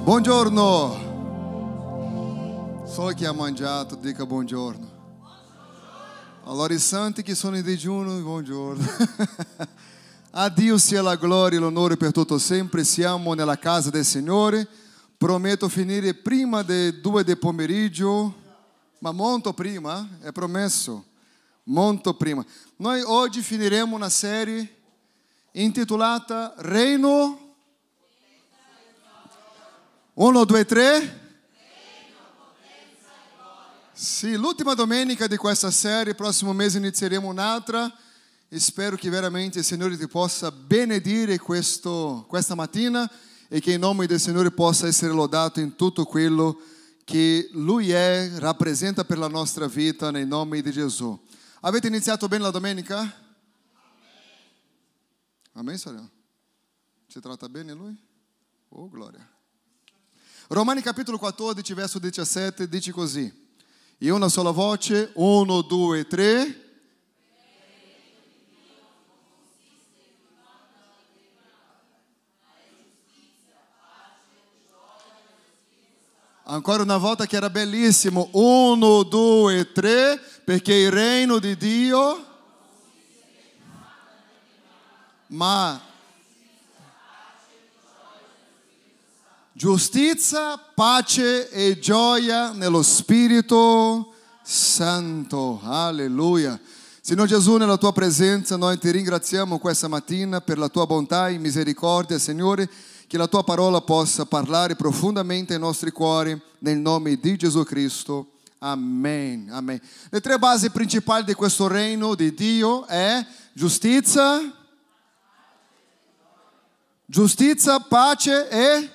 Buongiorno. Solo chi ha mangiato dica buongiorno. Allora i santi che sono in digiuno, buongiorno. A Dio sia la gloria e l'onore per tutto sempre. Siamo nella casa del Signore. Prometto finire prima delle 2 del pomeriggio, ma molto prima, è promesso, molto prima. Noi oggi finiremo una serie intitolata Reino 1, 2, 3. Sì, l'ultima domenica di questa serie, prossimo mese inizieremo un'altra. E spero che veramente il Signore ti possa benedire questa mattina e che il nome del Signore possa essere lodato in tutto quello che Lui è, rappresenta per la nostra vita, nel nome di Gesù. Avete iniziato bene la domenica? Amen, sorella? Ci tratta bene Lui? Oh, gloria. Romani capitolo 14, verso 17, dice così. In una sola voce, 1, 2, 3. Ancora una volta che era bellissimo. 1, 2, 3. Perché il regno di Dio... Ma... giustizia, pace e gioia nello Spirito Santo. Alleluia. Signor Gesù, nella tua presenza noi ti ringraziamo questa mattina per la tua bontà e misericordia, Signore, che la tua parola possa parlare profondamente ai nostri cuori, nel nome di Gesù Cristo. Amen. Amen. Le 3 basi principali di questo regno di Dio è giustizia, pace e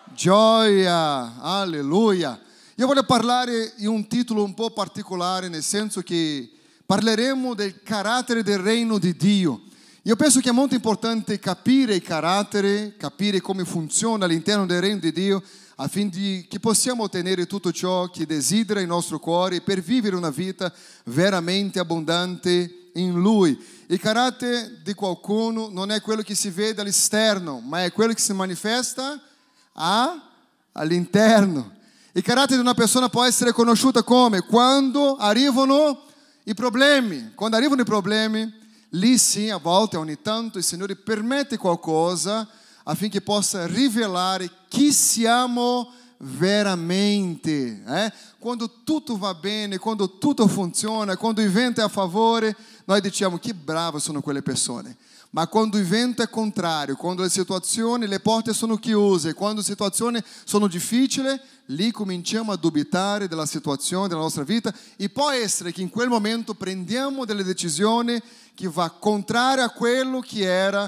gioia. Alleluia. Io voglio parlare in un titolo un po' particolare, nel senso che parleremo del carattere del regno di Dio. Io penso che è molto importante capire il carattere, capire come funziona all'interno del regno di Dio, affinché possiamo ottenere tutto ciò che desidera il nostro cuore per vivere una vita veramente abbondante in Lui. Il carattere di qualcuno non è quello che si vede all'esterno, ma è quello che si manifesta all'interno. Il carattere di una persona può essere conosciuta come? Quando arrivano i problemi. Quando arrivano i problemi, lì sì, a volte, ogni tanto, il Signore permette qualcosa affinché possa rivelare chi siamo veramente. Quando tutto va bene, quando tutto funziona, quando il vento è a favore, noi diciamo che brave sono quelle persone. Ma quando il vento è contrario, quando le situazioni, le porte sono chiuse, quando le situazioni sono difficili, lì cominciamo a dubitare della situazione, della nostra vita, e può essere che in quel momento prendiamo delle decisioni che va contrario a quello che era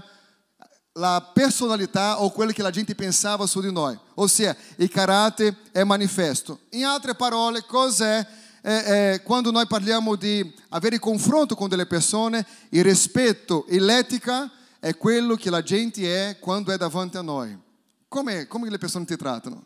la personalità o quello che la gente pensava su di noi. Ossia, il carattere è manifesto. In altre parole, cos'è? Quando noi parliamo di avere confronto con delle persone, il rispetto e l'etica è quello che la gente è quando è davanti a noi. Come le persone ti trattano?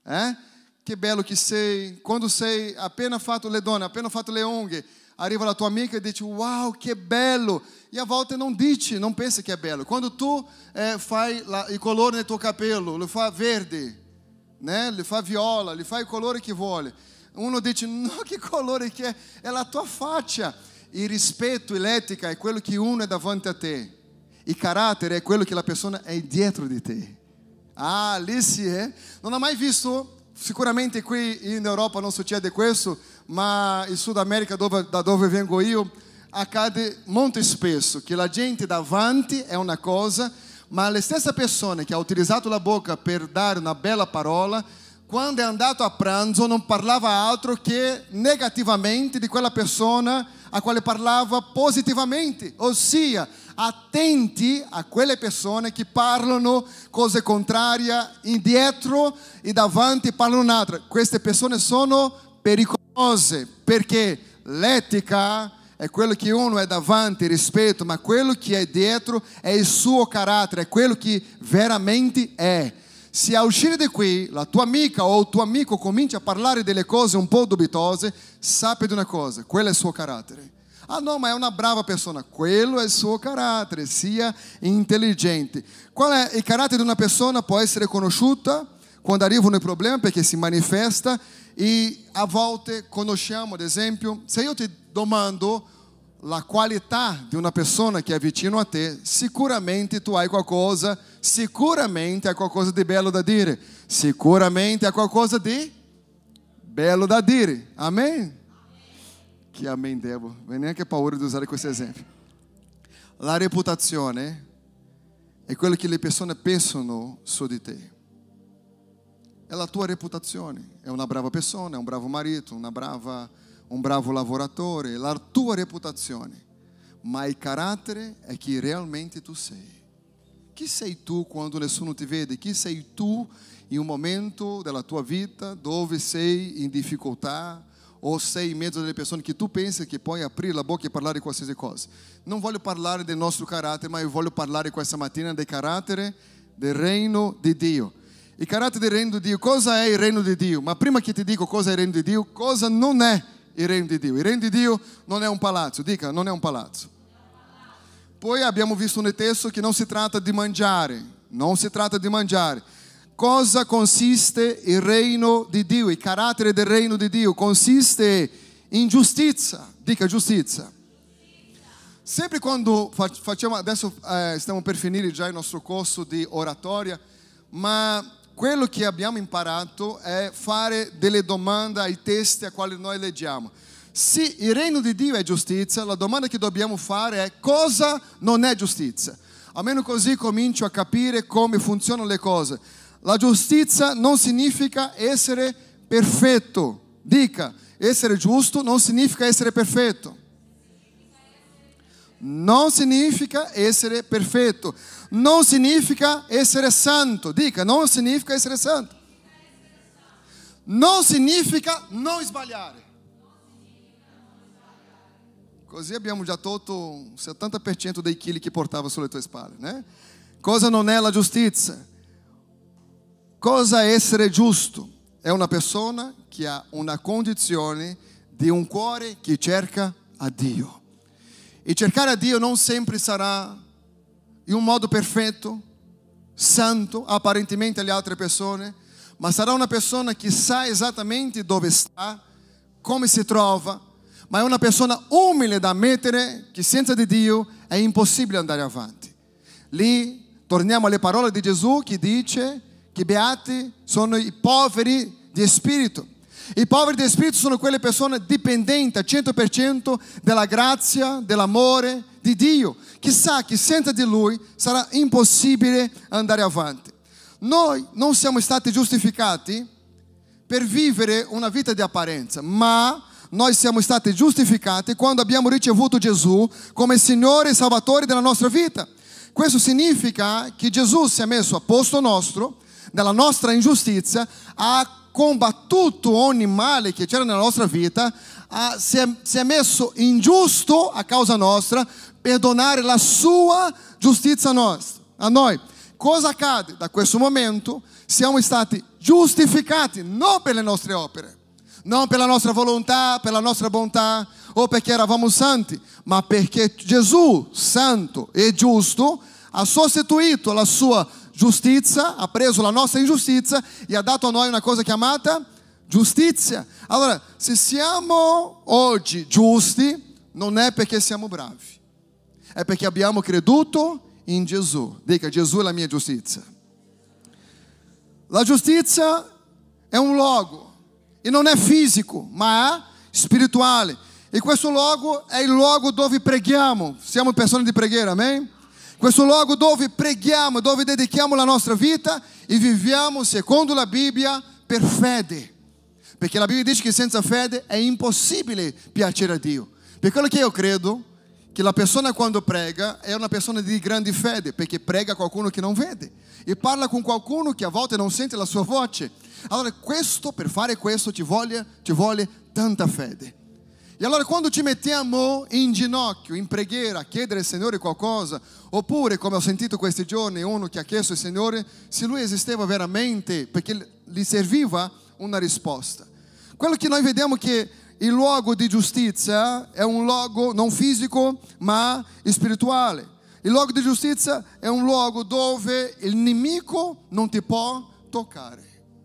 Che bello che sei. Quando sei appena fatto le donne, appena fatto le unghie, arriva la tua amica e dice wow, che bello. E a volte non dici, non pensi che è bello. Quando tu fai il colore del tuo capello, lo fa verde, né? Lo fa viola, lo fa il colore che vuole. Uno dice, no, che colore che è la tua faccia. Il rispetto e l'etica è quello che uno è davanti a te. Il carattere è quello che la persona è dietro di te. Ah, lì sì, Non ho mai visto, sicuramente qui in Europa non succede questo, ma in Sud America, da dove vengo io, accade molto spesso che la gente davanti è una cosa, ma la stessa persona che ha utilizzato la bocca per dare una bella parola, quando è andato a pranzo non parlava altro che negativamente di quella persona a quale parlava positivamente. Ossia, attenti a quelle persone che parlano cose contrarie indietro e davanti parlano un'altra. Queste persone sono pericolose perché l'etica è quello che uno è davanti, rispetto, ma quello che è dietro è il suo carattere, è quello che veramente è. Se a uscire di qui la tua amica o il tuo amico comincia a parlare delle cose un po' dubitose, sappi di una cosa, quello è il suo carattere. Ah no, ma è una brava persona. Quello è il suo carattere, sia intelligente. Qual è il carattere di una persona? Può essere conosciuta quando arrivano i problemi perché si manifesta e a volte conosciamo, ad esempio, se io ti domando la qualità di una persona che è vicino a te, sicuramente tu hai qualcosa di bello da dire, sicuramente hai qualcosa di bello da dire, amen? Che amen devo, non ho neanche paura di usare questo esempio. La reputazione è quello che le persone pensano su di te. È la tua reputazione, è una brava persona, è un bravo marito, un bravo lavoratore, la tua reputazione. Ma il carattere è chi realmente tu sei. Chi sei tu quando nessuno ti vede? Chi sei tu in un momento della tua vita dove sei in difficoltà o sei in mezzo delle persone che tu pensi che puoi aprire la bocca e parlare qualsiasi cosa? Non voglio parlare del nostro carattere, ma io voglio parlare questa mattina del carattere del regno di Dio. Il carattere del regno di Dio, cosa è il regno di Dio? Ma prima che ti dico cosa è il regno di Dio, cosa non è il regno di Dio? Il regno di Dio non è un palazzo, dica, non è un palazzo. Poi abbiamo visto nel testo che non si tratta di mangiare, non si tratta di mangiare. Cosa consiste il regno di Dio? Il carattere del regno di Dio consiste in giustizia, dica giustizia. Sempre quando facciamo, adesso stiamo per finire già il nostro corso di oratoria, ma quello che abbiamo imparato è fare delle domande ai testi a quali noi leggiamo. Se il regno di Dio è giustizia, la domanda che dobbiamo fare è cosa non è giustizia. Almeno così comincio a capire come funzionano le cose. La giustizia non significa essere perfetto. Dica, essere giusto non significa essere perfetto. Non significa essere perfetto. Non significa essere santo. Dica, non significa essere santo. Non significa non sbagliare. Così abbiamo già tolto il 70% dei chili che portava sulle tue spalle, né? Cosa non è la giustizia? Cosa è essere giusto? È una persona che ha una condizione di un cuore che cerca a Dio. E cercare a Dio non sempre sarà in un modo perfetto, santo, apparentemente alle altre persone, ma sarà una persona che sa esattamente dove sta, come si trova, ma è una persona umile da ammettere che senza di Dio è impossibile andare avanti. Lì torniamo alle parole di Gesù che dice che beati sono i poveri di spirito. I poveri di spirito sono quelle persone dipendenti al 100% della grazia, dell'amore di Dio, che sa che senza di Lui sarà impossibile andare avanti. Noi non siamo stati giustificati per vivere una vita di apparenza, ma noi siamo stati giustificati quando abbiamo ricevuto Gesù come Signore e Salvatore della nostra vita. Questo significa che Gesù si è messo a posto nostro, nella nostra ingiustizia, ha combattuto ogni male che c'era nella nostra vita, si è messo in giusto a causa nostra per donare la sua giustizia a noi. Cosa accade? Da questo momento siamo stati giustificati non per le nostre opere, non per la nostra volontà, per la nostra bontà o perché eravamo santi, ma perché Gesù, santo e giusto, ha sostituito la sua giustizia, ha preso la nostra ingiustizia e ha dato a noi una cosa chiamata giustizia. Allora, se siamo oggi giusti, non è perché siamo bravi, è perché abbiamo creduto in Gesù. Dica, Gesù è la mia giustizia. La giustizia è un luogo e non è fisico, ma è spirituale. E questo luogo è il luogo dove preghiamo. Siamo persone di preghiera, amen? Questo luogo dove preghiamo, dove dedichiamo la nostra vita e viviamo secondo la Bibbia per fede. Perché la Bibbia dice che senza fede è impossibile piacere a Dio. Per quello che io credo, che la persona quando prega è una persona di grande fede, perché prega a qualcuno che non vede e parla con qualcuno che a volte non sente la sua voce. Allora per fare questo ci vuole tanta fede. E allora quando ci mettiamo in ginocchio, in preghiera, a chiedere al Signore qualcosa, oppure come ho sentito questi giorni uno che ha chiesto al Signore se Lui esisteva veramente, perché gli serviva una risposta. Quello che noi vediamo che il luogo di giustizia è un luogo non fisico ma spirituale. Il luogo di giustizia è un luogo dove il nemico non ti può toccare.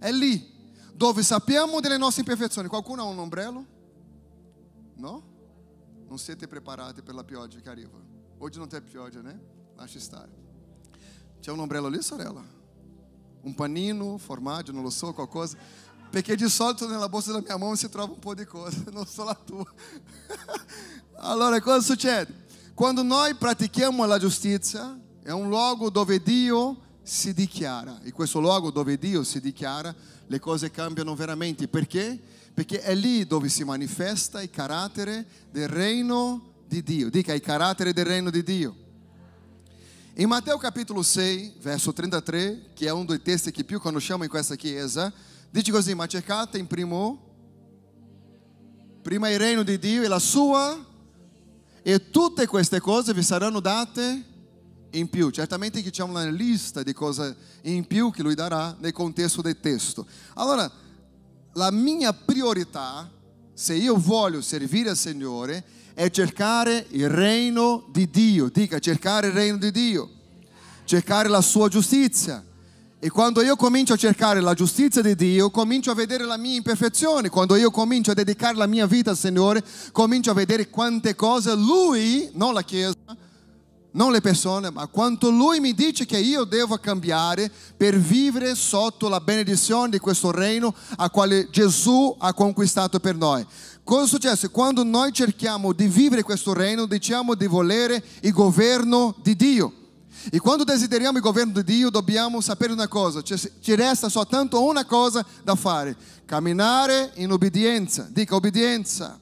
È lì dove sappiamo delle nostre imperfezioni. Qualcuno ha un ombrello? No? Non siete preparati per la pioggia che arriva. Oggi non c'è pioggia, né? Lascia stare. C'è un ombrello lì, sorella? Un panino, formaggio, non lo so, qualcosa. Perché di solito nella borsa della mia mamma si trova un po' di cose, non solo la tua. Allora, cosa succede? Quando noi pratichiamo la giustizia, è un luogo dove Dio si dichiara. In questo luogo dove Dio si dichiara, le cose cambiano veramente. Perché? Perché è lì dove si manifesta il carattere del regno di Dio. Dica, il carattere del regno di Dio. In Matteo capitolo 6, verso 33, che è uno dei testi che più conosciamo in questa chiesa, dice così: ma cercate in prima il regno di Dio e la sua, e tutte queste cose vi saranno date in più. Certamente che c'è una lista di cose in più che Lui darà nel contesto del testo. Allora, la mia priorità, se io voglio servire al Signore, è cercare il regno di Dio. Dica, cercare il regno di Dio, cercare la sua giustizia. E quando io comincio a cercare la giustizia di Dio, comincio a vedere la mia imperfezione. Quando io comincio a dedicare la mia vita al Signore, comincio a vedere quante cose Lui, non la Chiesa, non le persone, ma quanto Lui mi dice che io devo cambiare per vivere sotto la benedizione di questo regno a quale Gesù ha conquistato per noi. Cosa succede? Quando noi cerchiamo di vivere questo regno, diciamo di volere il governo di Dio. E quando desideriamo il governo di Dio, dobbiamo sapere una cosa: ci resta soltanto una cosa da fare: camminare in obbedienza. Dica, obbedienza.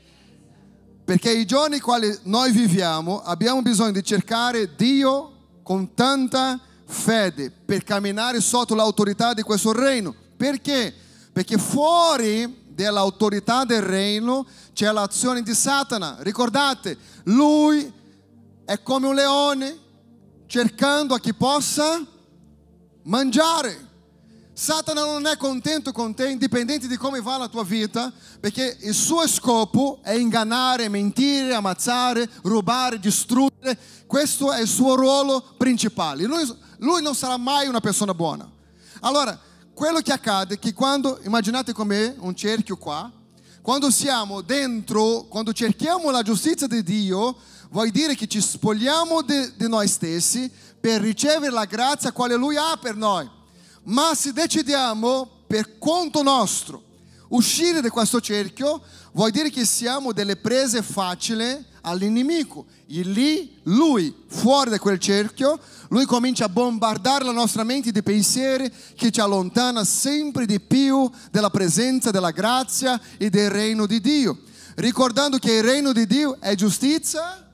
Perché i giorni nei quali noi viviamo abbiamo bisogno di cercare Dio con tanta fede per camminare sotto l'autorità di questo regno. Perché? Perché fuori dell'autorità del regno c'è l'azione di Satana. Ricordate, lui è come un leone cercando a chi possa mangiare. Satana non è contento con te, indipendente di come va la tua vita, perché il suo scopo è ingannare, mentire, ammazzare, rubare, distruggere. Questo è il suo ruolo principale. Lui non sarà mai una persona buona. Allora, quello che accade è che quando, immaginate come un cerchio qua, quando siamo dentro, quando cerchiamo la giustizia di Dio, vuol dire che ci spogliamo di noi stessi per ricevere la grazia quale Lui ha per noi. Ma se decidiamo per conto nostro uscire da questo cerchio, vuol dire che siamo delle prese facili all'inimico. E lì Lui, fuori da quel cerchio, Lui comincia a bombardare la nostra mente di pensieri che ci allontana sempre di più dalla presenza della grazia e del regno di Dio. Ricordando che il regno di Dio è giustizia,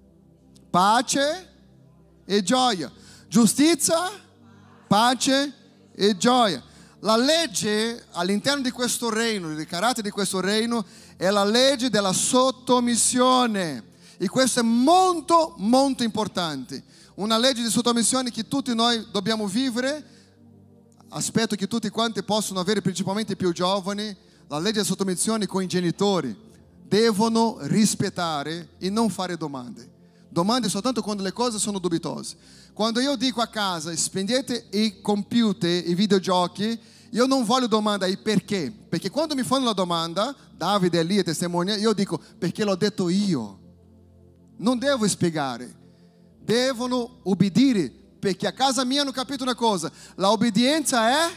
pace e gioia. Giustizia, pace e gioia. La legge all'interno di questo regno, il carattere di questo regno, è la legge della sottomissione. E questo è molto, molto importante. Una legge di sottomissione che tutti noi dobbiamo vivere. Aspetto che tutti quanti possono avere, principalmente i più giovani. La legge di sottomissione con i genitori. Devono rispettare e non fare domande. Domande soltanto quando le cose sono dubitose. Quando io dico a casa spegnete i computer, i videogiochi, io non voglio domandare perché. Perché quando mi fanno la domanda, Davide è lì e testimonia, io dico perché l'ho detto io. Non devo spiegare. Devono obbedire. Perché a casa mia hanno capito una cosa: la obbedienza è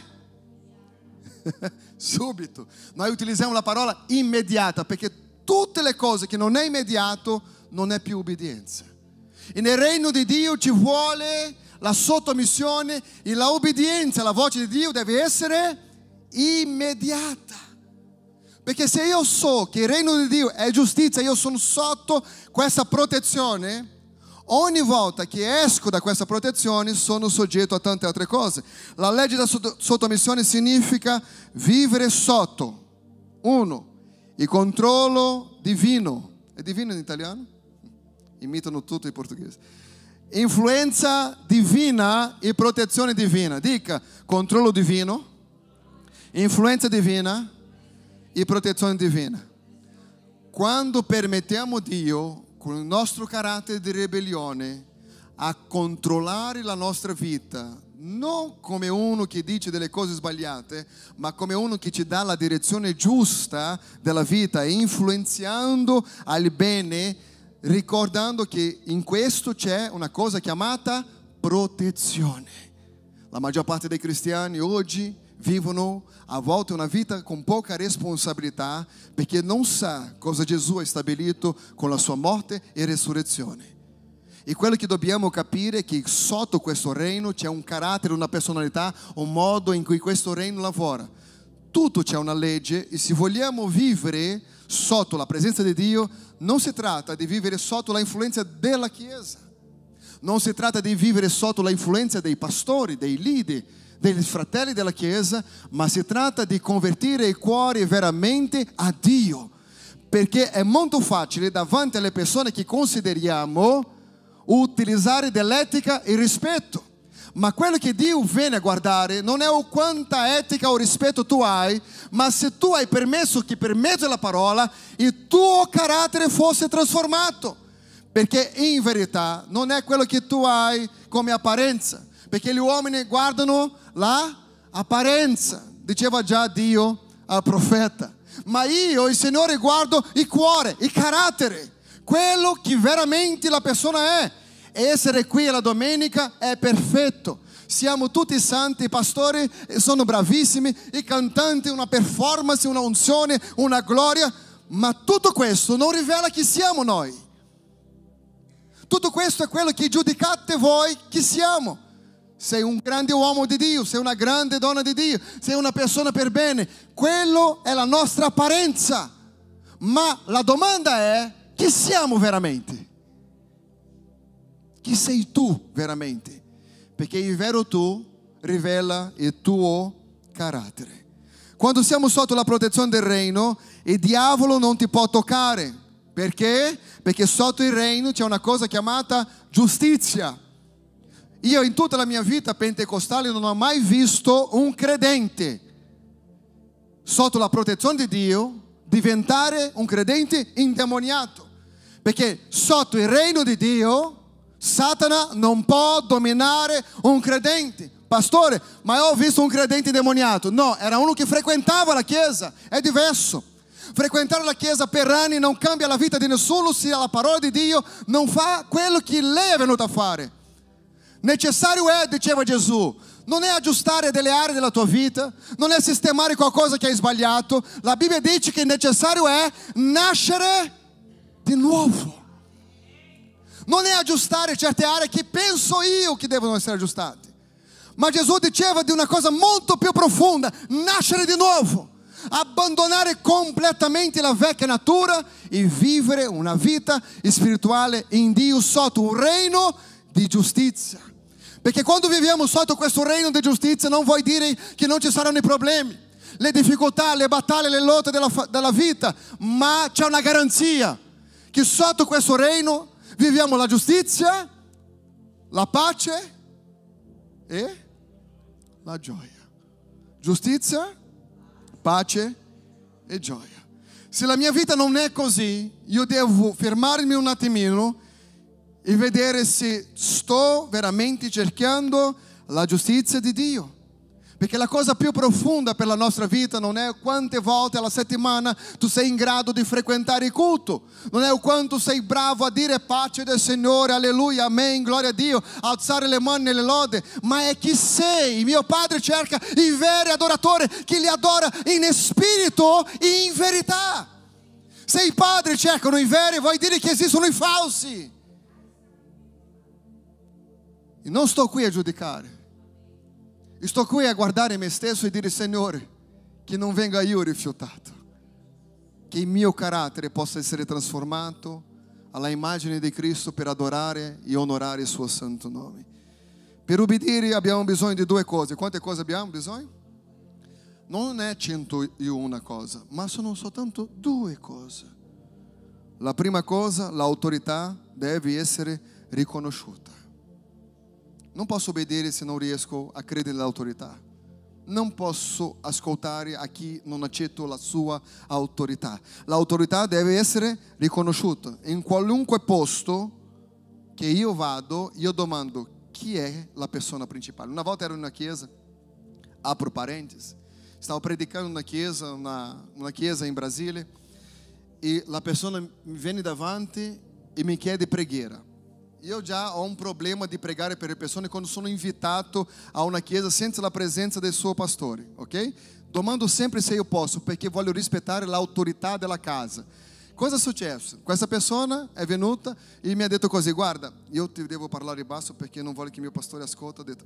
subito. Noi utilizziamo la parola immediata, perché tutte le cose che non è immediato non è più obbedienza. E nel regno di Dio ci vuole la sottomissione e la obbedienza alla voce di Dio deve essere immediata. Perché se io so che il regno di Dio è giustizia, io sono sotto questa protezione, ogni volta che esco da questa protezione sono soggetto a tante altre cose. La legge della sottomissione significa vivere sotto, uno, il controllo divino. È divino in italiano? Imitano tutto in portoghese. Influenza divina e protezione divina. Dica, controllo divino, influenza divina e protezione divina. Quando permettiamo Dio, con il nostro carattere di ribellione, a controllare la nostra vita non come uno che dice delle cose sbagliate, ma come uno che ti dà la direzione giusta della vita, influenzando al bene, ricordando che in questo c'è una cosa chiamata protezione. La maggior parte dei cristiani oggi vivono a volte una vita con poca responsabilità perché non sa cosa Gesù ha stabilito con la sua morte e resurrezione. E quello che dobbiamo capire è che sotto questo regno c'è un carattere, una personalità, un modo in cui questo regno lavora. Tutto c'è una legge e se vogliamo vivere sotto la presenza di Dio, non si tratta di vivere sotto la influenza della Chiesa. Non si tratta di vivere sotto la influenza dei pastori, dei leader, dei fratelli della Chiesa, ma si tratta di convertire i cuori veramente a Dio. Perché è molto facile davanti alle persone che consideriamo utilizzare dell'etica e rispetto, ma quello che Dio viene a guardare non è o quanta etica o rispetto tu hai, ma se tu hai permesso che per mezzo della parola il tuo carattere fosse trasformato, perché in verità non è quello che tu hai come apparenza, perché gli uomini guardano la apparenza, diceva già Dio al profeta, ma io, il Signore, guardo il cuore, il carattere, quello che veramente la persona è. Essere qui la domenica è perfetto. Siamo tutti santi, i pastori sono bravissimi, i cantanti una performance, una unzione, una gloria, ma tutto questo non rivela chi siamo noi. Tutto questo è quello che giudicate voi chi siamo. Sei un grande uomo di Dio, sei una grande donna di Dio, sei una persona per bene. Quello è la nostra apparenza. Ma la domanda è: chi siamo veramente? Chi sei tu veramente? Perché il vero tu rivela il tuo carattere. Quando siamo sotto la protezione del regno, il diavolo non ti può toccare. Perché? Perché sotto il regno c'è una cosa chiamata giustizia. Io in tutta la mia vita pentecostale non ho mai visto un credente sotto la protezione di Dio diventare un credente indemoniato. Perché sotto il regno di Dio Satana non può dominare un credente. Pastore, ma io ho visto un credente indemoniato. No, era uno che frequentava la chiesa, è diverso. Frequentare la chiesa per anni non cambia la vita di nessuno se la parola di Dio non fa quello che lei è venuta a fare. Necessario è, diceva Gesù, non è aggiustare delle aree della tua vita, non è sistemare qualcosa che hai sbagliato. La Bibbia dice che necessario è nascere di nuovo. Non è aggiustare certe aree che penso io che devono essere aggiustate. Ma Gesù diceva di una cosa molto più profonda: nascere di nuovo, abbandonare completamente la vecchia natura e vivere una vita spirituale in Dio sotto un regno di giustizia. Perché quando viviamo sotto questo regno di giustizia non vuol dire che non ci saranno i problemi, le difficoltà, le battaglie, le lotte della vita, ma c'è una garanzia che sotto questo regno viviamo la giustizia, la pace e la gioia. Giustizia, pace e gioia. Se la mia vita non è così, io devo fermarmi un attimino e vedere se sto veramente cercando la giustizia di Dio. Perché la cosa più profonda per la nostra vita non è quante volte alla settimana tu sei in grado di frequentare il culto, non è quanto sei bravo a dire pace del Signore, alleluia, amen, gloria a Dio, alzare le mani nelle lode, ma è chi sei. Mio Padre cerca il vero adoratore che li adora in spirito e in verità. Se i padri cercano i veri, vuol dire che esistono i falsi. E non sto qui a giudicare. Sto qui a guardare me stesso e dire: Signore, che non venga io rifiutato, che il mio carattere possa essere trasformato alla immagine di Cristo per adorare e onorare il suo santo nome. Per ubbidire abbiamo bisogno di due cose. Quante cose abbiamo bisogno? Non è 101 cose, ma sono soltanto due cose. La prima cosa, l'autorità deve essere riconosciuta. Non posso obbedire se non riesco a credere nell'autorità. Non posso ascoltare a chi non accetto la sua autorità. L'autorità deve essere riconosciuta. In qualunque posto che io vado, io domando: chi è la persona principale. Una volta ero in una chiesa, apro parênteses, stavo predicando na chiesa, una chiesa in Brasile, e la persona mi viene davanti e mi chiede preghiera. Io già ho un problema di pregare per le persone quando sono invitato a una chiesa senza la presenza del suo pastore, ok? Domando sempre se io posso, perché voglio rispettare l'autorità della casa. Cosa è successo? Questa persona è venuta e mi ha detto così: guarda, io ti devo parlare basso perché non voglio che mio pastore ascolta. Ho detto,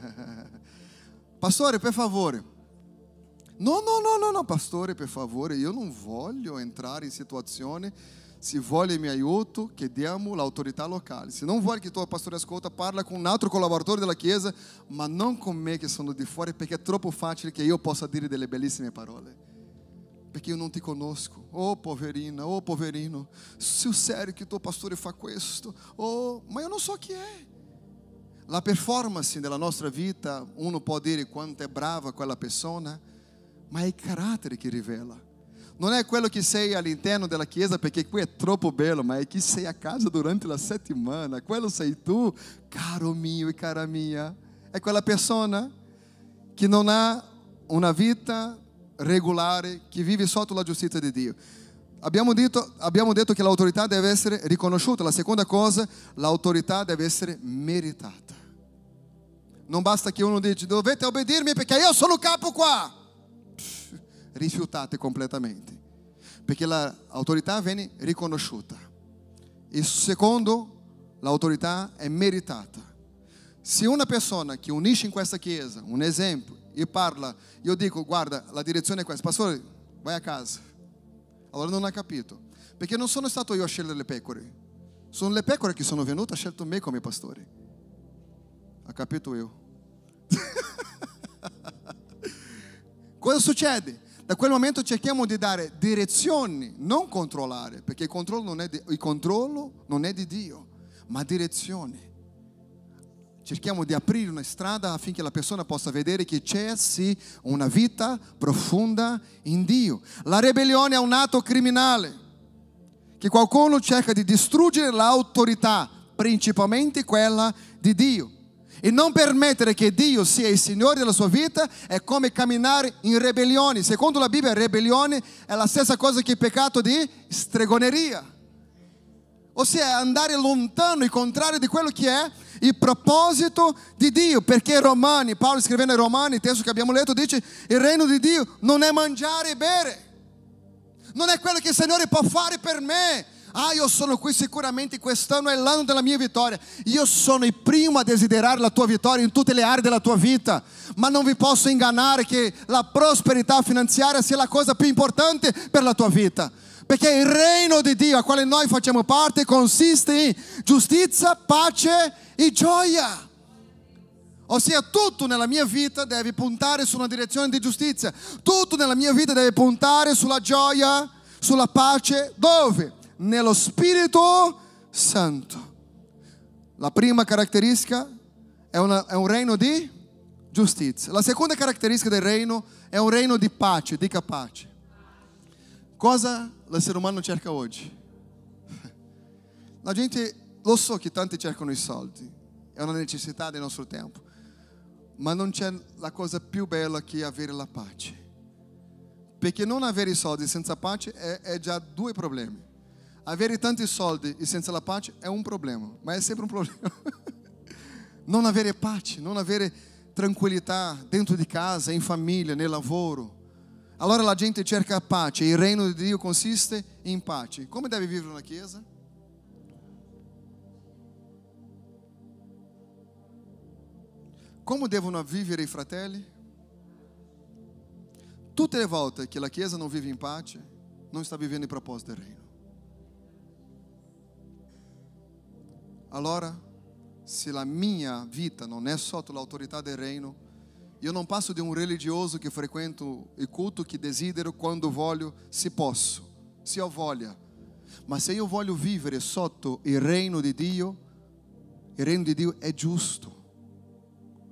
pastore, per favore. No, pastore, per favore, io non voglio entrare in situazioni. Se vuole mi aiuto, chiediamo l'autorità locale. Se non vuole che il tuo pastore ascolta, parla con un altro collaboratore della chiesa, ma non con me che sono di fuori, perché è troppo facile che io possa dire delle bellissime parole. Perché io non ti conosco. Oh poverina, oh poverino, sul serio che il tuo pastore fa questo? Oh, ma io non so chi è. La performance della nostra vita, uno può dire quanto è brava quella persona, ma è il carattere che rivela. Non è quello che sei all'interno della chiesa perché qui è troppo bello, ma è chi sei a casa durante la settimana. Quello sei tu, caro mio e cara mia. È quella persona che non ha una vita regolare, che vive sotto la giustizia di Dio. Abbiamo detto che l'autorità deve essere riconosciuta. La seconda cosa, l'autorità deve essere meritata. Non basta che uno dica dovete obbedirmi perché io sono capo qua. Rifiutate completamente, perché l'autorità viene riconosciuta. E secondo, l'autorità è meritata. Se una persona che unisce in questa chiesa, un esempio, e parla, io dico guarda, la direzione è questa, pastore, vai a casa. Allora non ha capito, perché non sono stato io a scegliere le pecore, sono le pecore che sono venute, ha scelto me come pastore. Ha capito io? Cosa succede? Da quel momento cerchiamo di dare direzioni, non controllare, perché il controllo non è di Dio, ma direzione. Cerchiamo di aprire una strada affinché la persona possa vedere che c'è sì una vita profonda in Dio. La ribellione è un atto criminale, che qualcuno cerca di distruggere l'autorità, principalmente quella di Dio. E non permettere che Dio sia il Signore della sua vita è come camminare in ribellione. Secondo la Bibbia, ribellione è la stessa cosa che il peccato di stregoneria. Ossia andare lontano, il contrario di quello che è il proposito di Dio. Perché Romani, Paolo scrivendo ai Romani, il testo che abbiamo letto, dice il regno di Dio non è mangiare e bere. Non è quello che il Signore può fare per me. Ah, io sono qui sicuramente, quest'anno è l'anno della mia vittoria. Io sono il primo a desiderare la tua vittoria in tutte le aree della tua vita. Ma non vi posso ingannare che la prosperità finanziaria sia la cosa più importante per la tua vita. Perché il regno di Dio a quale noi facciamo parte consiste in giustizia, pace e gioia. Ossia tutto nella mia vita deve puntare su una direzione di giustizia. Tutto nella mia vita deve puntare sulla gioia, sulla pace. Dove? Nello Spirito Santo. La prima caratteristica è un regno di giustizia. La seconda caratteristica del regno è un regno di pace, dica pace. Cosa l'essere umano cerca oggi? La gente, lo so che tanti cercano i soldi, è una necessità del nostro tempo, ma non c'è la cosa più bella che avere la pace. Perché non avere i soldi senza pace è già due problemi. Avere tanti soldi e senza la pace è un problema, ma è sempre un problema. Non avere pace, non avere tranquillità dentro di casa, in famiglia, nel lavoro. Allora la gente cerca pace, il regno di Dio consiste in pace. Come deve vivere una chiesa? Come devono vivere i fratelli? Tutte le volte che la chiesa non vive in pace, non sta vivendo il proposito del regno. Allora, se la mia vita non è sotto l'autorità del regno, io non passo di un religioso che frequento il culto che desidero quando voglio, se posso, se ho voglia. Ma se io voglio vivere sotto il regno di Dio è giusto.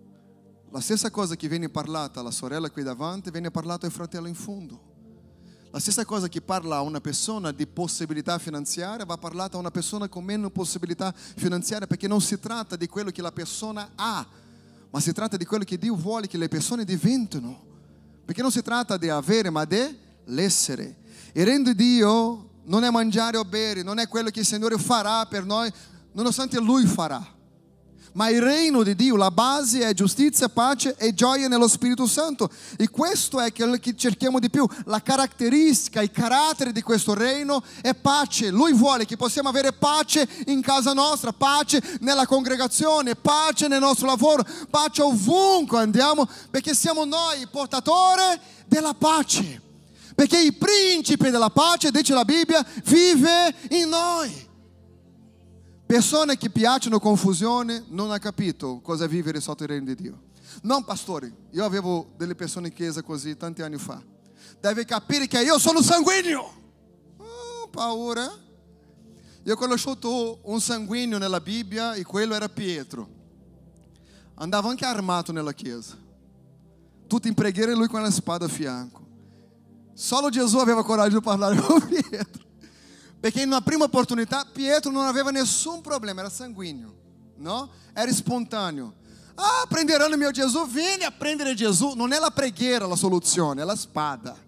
La stessa cosa che viene parlata alla sorella qui davanti, viene parlata al fratello in fondo. La stessa cosa che parla a una persona di possibilità finanziaria va parlata a una persona con meno possibilità finanziaria, perché non si tratta di quello che la persona ha, ma si tratta di quello che Dio vuole che le persone diventino. Perché non si tratta di avere, ma dell'essere. Il regno di Dio non è mangiare o bere, non è quello che il Signore farà per noi, nonostante Lui farà. Ma il regno di Dio, la base è giustizia, pace e gioia nello Spirito Santo. E questo è quello che cerchiamo di più. La caratteristica, il carattere di questo regno è pace. Lui vuole che possiamo avere pace in casa nostra, pace nella congregazione, pace nel nostro lavoro, pace ovunque andiamo, perché siamo noi i portatori della pace. Perché il principe della pace, dice la Bibbia, vive in noi. Persone che piacciono confusione non ha capito cosa vivere sotto il regno di Dio. Non, pastori, io avevo delle persone in chiesa così tanti anni fa. Deve capire che io sono sanguigno. Paura. Io ho conosciuto un sanguigno nella Bibbia e quello era Pietro. Andava anche armato nella chiesa. Tutti in preghiera e lui con la spada a fianco. Solo Gesù aveva coraggio di parlare con Pietro. Perché in una prima opportunità Pietro non aveva nessun problema, era sanguigno, no? Era spontaneo. Ah, prenderanno il mio Gesù, vieni a prendere Gesù. Non è la preghiera la soluzione, è la spada.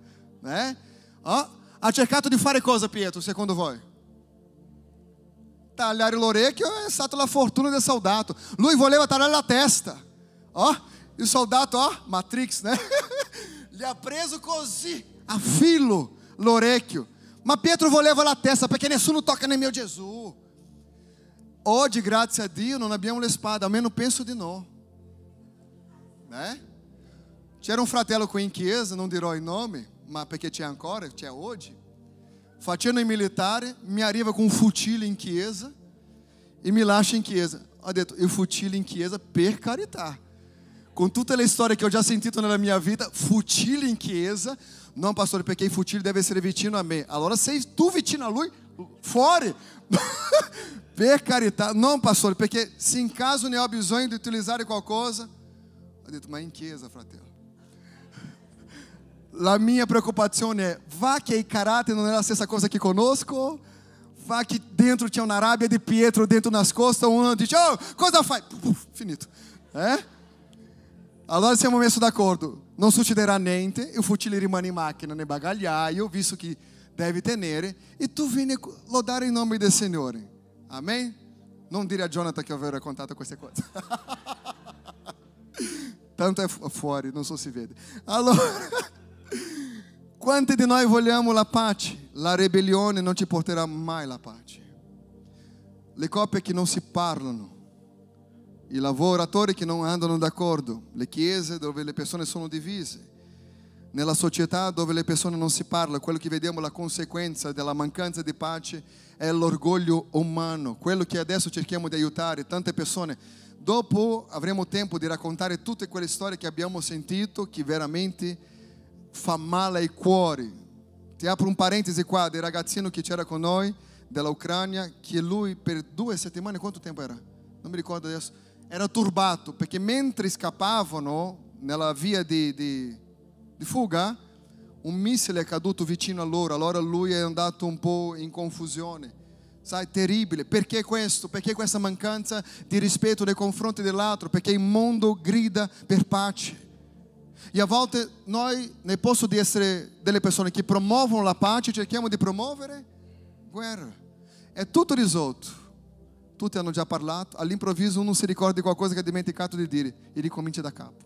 Ha cercato di fare cosa Pietro, secondo voi? Tagliare l'orecchio è stata la fortuna del soldato. Lui voleva tagliare la testa. Il soldato, Matrix, né? Gli ha preso così, a filo, l'orecchio. Ma Pietro voleva la testa, perché nessuno tocca nel mio Gesù. Oggi, grazie a Dio, non abbiamo le spade, almeno penso di no. C'era un fratello qui in chiesa, non dirò il nome, ma perché c'è ancora, c'è oggi. Facendo il militare, mi arriva com un fucile in chiesa e mi lascia in chiesa. Ho detto, il fucile in chiesa per carità. Con tutte le storie che ho già sentito nella mia vita, fucile in chiesa. Não, pastor, perché il fucile deve essere vicino a me. Allora sei tu vicino a lui, fuori. Per carità. Não, pastor, perché se in caso ne ho bisogno di utilizzare qualcosa. Ho detto, ma in chiesa, fratello. La mia preoccupazione è, va che il carattere non è la stessa cosa che conosco? Va che dentro c'è una rabbia di Pietro dentro nascosta, uno dice, oh, cosa fai? Finito. Allora siamo messi d'accordo, non succederà niente, il fucile rimane in macchina, nel bagagliaio, visto che devi tenere, e tu vieni a lodare il nome del Signore. Amen? Non dire a Jonathan che avevo raccontato queste cose. Tanto è fuori, non so se vede. Allora, quanti di noi vogliamo la pace? La ribellione non ci porterà mai la pace. Le coppie che non si parlano, i lavoratori che non andano d'accordo, le chiese dove le persone sono divise, nella società dove le persone non si parlano, quello che vediamo la conseguenza della mancanza di pace è l'orgoglio umano, quello che adesso cerchiamo di aiutare tante persone. Dopo avremo tempo di raccontare tutte quelle storie che abbiamo sentito che veramente fa male ai cuori. Ti apro un parentesi qua del ragazzino che c'era con noi dell'Ucraina, che lui per 2 settimane, quanto tempo era? Non mi ricordo adesso. Era turbato perché mentre scappavano nella via di fuga, un missile è caduto vicino a loro. Allora lui è andato un po' in confusione. Sai, terribile. Perché questo? Perché questa mancanza di rispetto nei confronti dell'altro? Perché il mondo grida per pace. E a volte noi, nel posto di essere delle persone che promuovono la pace, cerchiamo di promuovere guerra. È tutto risolto. Tutti hanno già parlato, all'improvviso uno si ricorda di qualcosa che ha dimenticato di dire e ricomincia da capo.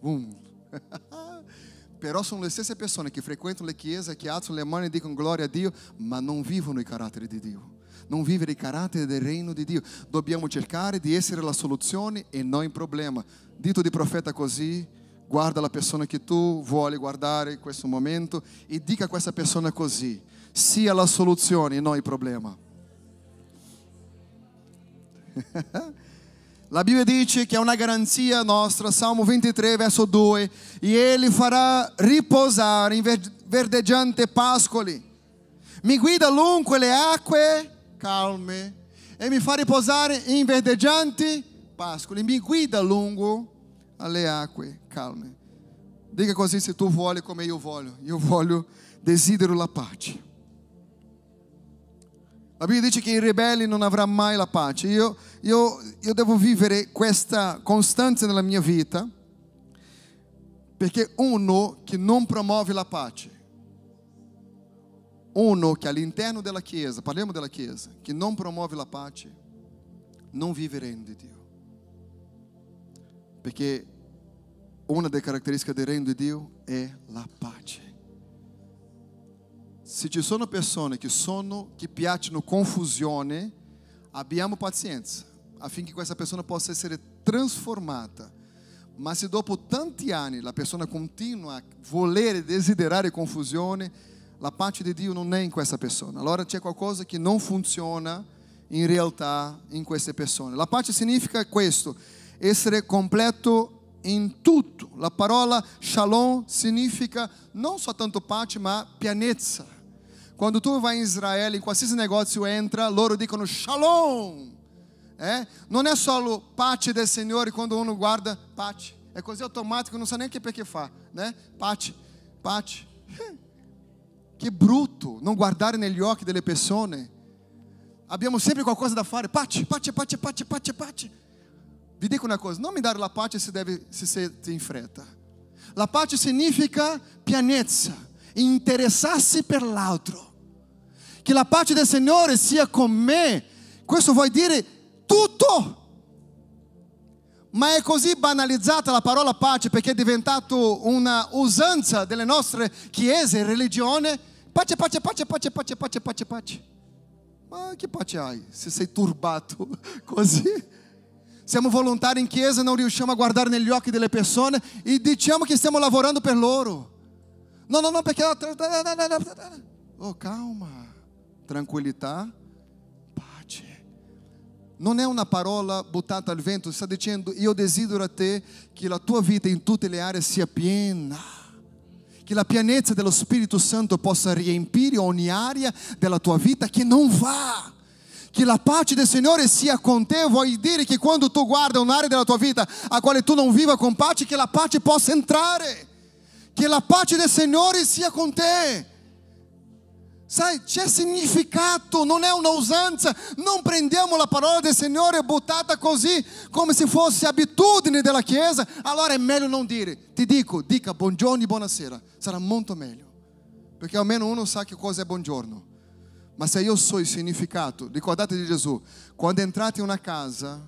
Però sono le stesse persone che frequentano le chiese, che alzano le mani e dicono gloria a Dio, ma non vivono il carattere di Dio. Non vivere il carattere del regno di Dio. Dobbiamo cercare di essere la soluzione e non il problema. Dito di profeta così, guarda la persona che tu vuoi guardare in questo momento e dica a questa persona così, sia la soluzione e non il problema. La Bibbia dice che è una garanzia nostra, Salmo 23 verso 2, e Ele farà riposare in verdeggiante pascoli, mi guida lungo le acque calme e mi fa riposare in verdeggianti pascoli, mi guida lungo alle acque calme. Dica così se tu vuoi come io voglio. Io voglio, desidero la pace. La Bibbia dice che i ribelli non avranno mai la pace. Io devo vivere questa costanza nella mia vita, perché uno che non promuove la pace, uno che all'interno della Chiesa, parliamo della Chiesa, che non promuove la pace, non vive il regno di Dio. Perché una delle caratteristiche del regno di Dio è la pace. Se ci sono persone che piacciono confusione, abbiamo pazienza affinché questa persona possa essere trasformata. Ma se dopo tanti anni la persona continua a volere e desiderare confusione, la pace di Dio non è in questa persona. Allora c'è qualcosa che non funziona in realtà in queste persone. La pace significa questo, essere completo in tutto. La parola shalom significa non soltanto pace, ma pienezza. Quando tu vai in Israele, in qualsiasi negócio entra, loro dicono shalom. Non è solo pace del Signore quando uno guarda pace. È così automatico, non sa neanche perché fa, né? Pace, pace. Che brutto non guardare negli occhi delle persone. Abbiamo sempre qualcosa da fare. Pace, pace, pace, pace, pace, pace. Vi dico una cosa, non mi dare la pace se siete in fretta. La pace significa pienezza, interessarsi per l'altro. Che la pace del Signore sia con me. Questo vuol dire tutto. Ma è così banalizzata la parola pace perché è diventato una usanza delle nostre chiese e religioni. Pace, pace, pace, pace, pace, pace, pace, pace. Ma che pace hai se sei turbato così? Siamo volontari in chiesa, non riusciamo a guardare negli occhi delle persone e diciamo che stiamo lavorando per loro. No, perché... Oh, calma, tranquillità, pace. Non è una parola buttata al vento, sta dicendo io desidero a te che la tua vita in tutte le aree sia piena, che la pienezza dello Spirito Santo possa riempire ogni area della tua vita che non va. Che la pace del Signore sia con te, vuol dire che quando tu guarda un'area della tua vita a quale tu non viva con pace, che la pace possa entrare, che la pace del Signore sia con te. Sai, c'è significato, non è una usanza. Non prendiamo la parola del Signore buttata così come se fosse abitudine della Chiesa. Allora è meglio non dire. Ti dico, dica buongiorno e buonasera, sarà molto meglio, perché almeno uno sa che cosa è buongiorno. Ma se io so il significato, ricordate di Gesù, quando entrate in una casa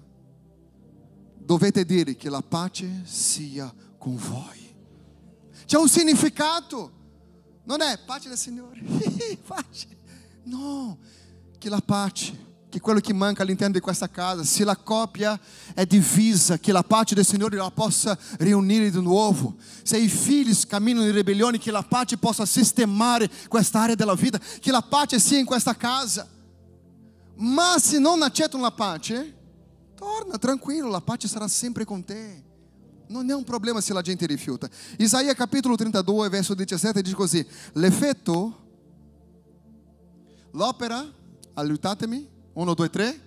dovete dire che la pace sia con voi. C'è un significato. Non è pace del Signore, pace. No, che la pace, che quello che manca all'interno di questa casa, se la coppia è divisa, che la pace del Signore la possa riunire di nuovo. Se i figli camminano in ribellione, che la pace possa sistemare questa area della vita, che la pace sia in questa casa. Ma se non accettano la pace, torna tranquillo, la pace sarà sempre con te. Non è un problema se la gente rifiuta. Isaia capitolo 32 verso 17 dice così: l'effetto, l'opera, aiutatemi, 1, 2, 3.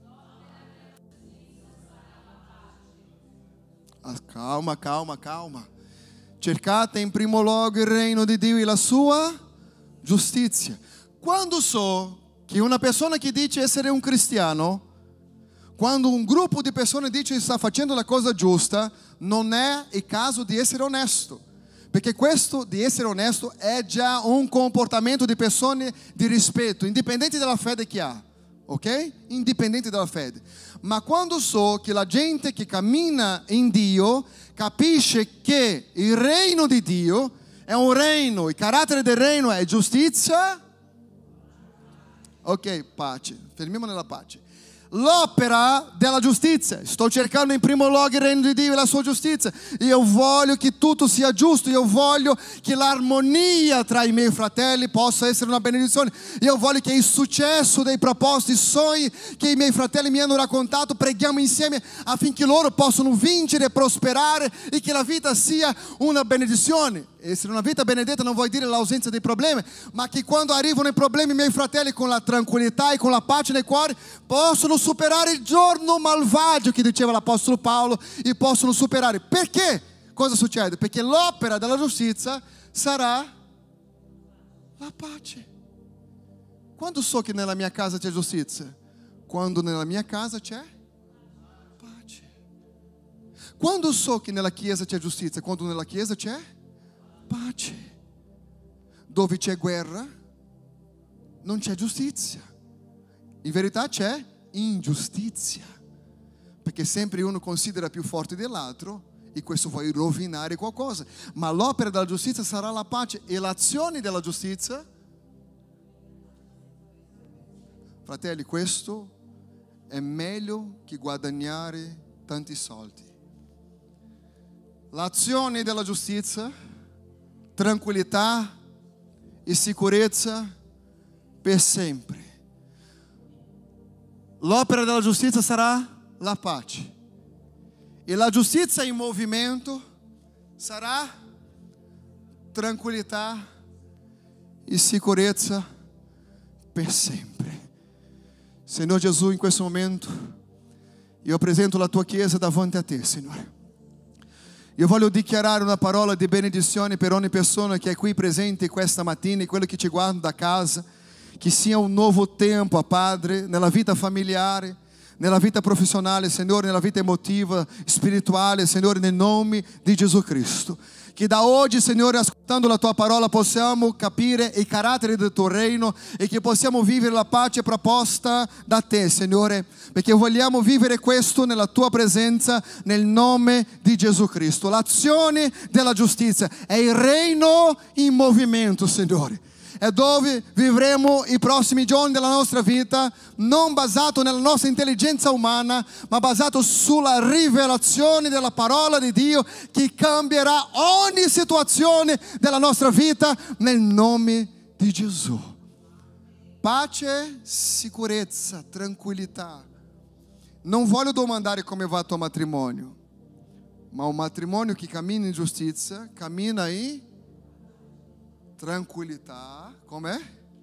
Calma. Cercate in primo luogo il regno di Dio e la sua giustizia. Quando so che una persona che dice essere un cristiano, quando un gruppo di persone dice che sta facendo la cosa giusta, non è il caso di essere onesto, perché questo di essere onesto è già un comportamento di persone di rispetto, indipendente dalla fede che ha, ok? Indipendente dalla fede. Ma quando so che la gente che cammina in Dio capisce che il regno di Dio è un regno, il carattere del regno è giustizia, ok, pace, fermiamo nella pace. L'opera della giustizia, sto cercando in primo luogo il regno di Dio e la sua giustizia. Io voglio che tutto sia giusto, io voglio che l'armonia tra i miei fratelli possa essere una benedizione. Io voglio che il successo dei propositi, i sogni che i miei fratelli mi hanno raccontato, preghiamo insieme affinché loro possano vincere e prosperare e che la vita sia una benedizione. Essere una vita benedetta non vuol dire l'ausenza dei problemi, ma che quando arrivano i problemi i miei fratelli con la tranquillità e con la pace nel cuore possono superare il giorno malvagio che diceva l'Apostolo Paolo e possono superare. Perché? cosa succede? Perché l'opera della giustizia sarà la pace. Quando so che nella mia casa c'è giustizia? Quando nella mia casa c'è pace. Quando so che nella chiesa c'è giustizia? Quando nella chiesa c'è pace. Dove c'è guerra non c'è giustizia. In verità c'è ingiustizia, perché sempre uno considera più forte dell'altro e questo vuole rovinare qualcosa. Ma l'opera della giustizia sarà la pace e l'azione della giustizia. Fratelli, questo è meglio che guadagnare tanti soldi. L'azione della giustizia, tranquillità e sicurezza per sempre. L'opera della giustizia sarà la pace. E la giustizia in movimento sarà tranquillità e sicurezza per sempre. Signor Gesù, in questo momento io presento la tua chiesa davanti a te, Signore. Io voglio dichiarare una parola di benedizione per ogni persona che è qui presente questa mattina e quello che ci guarda da casa. Che sia un nuovo tempo, Padre, nella vita familiare, nella vita professionale, Signore, nella vita emotiva, spirituale, Signore, nel nome di Gesù Cristo. Che da oggi, Signore, ascoltando la tua parola, possiamo capire i caratteri del tuo reino e che possiamo vivere la pace proposta da te, Signore, perché vogliamo vivere questo nella tua presenza, nel nome di Gesù Cristo. L'azione della giustizia è il reino in movimento, Signore. È dove vivremo i prossimi giorni della nostra vita, non basato nella nostra intelligenza umana, ma basato sulla rivelazione della parola di Dio che cambierà ogni situazione della nostra vita nel nome di Gesù. Pace, sicurezza, tranquillità. Non voglio domandare come va il tuo matrimonio, ma un matrimonio che cammina in giustizia, cammina in tranquillità, com'è?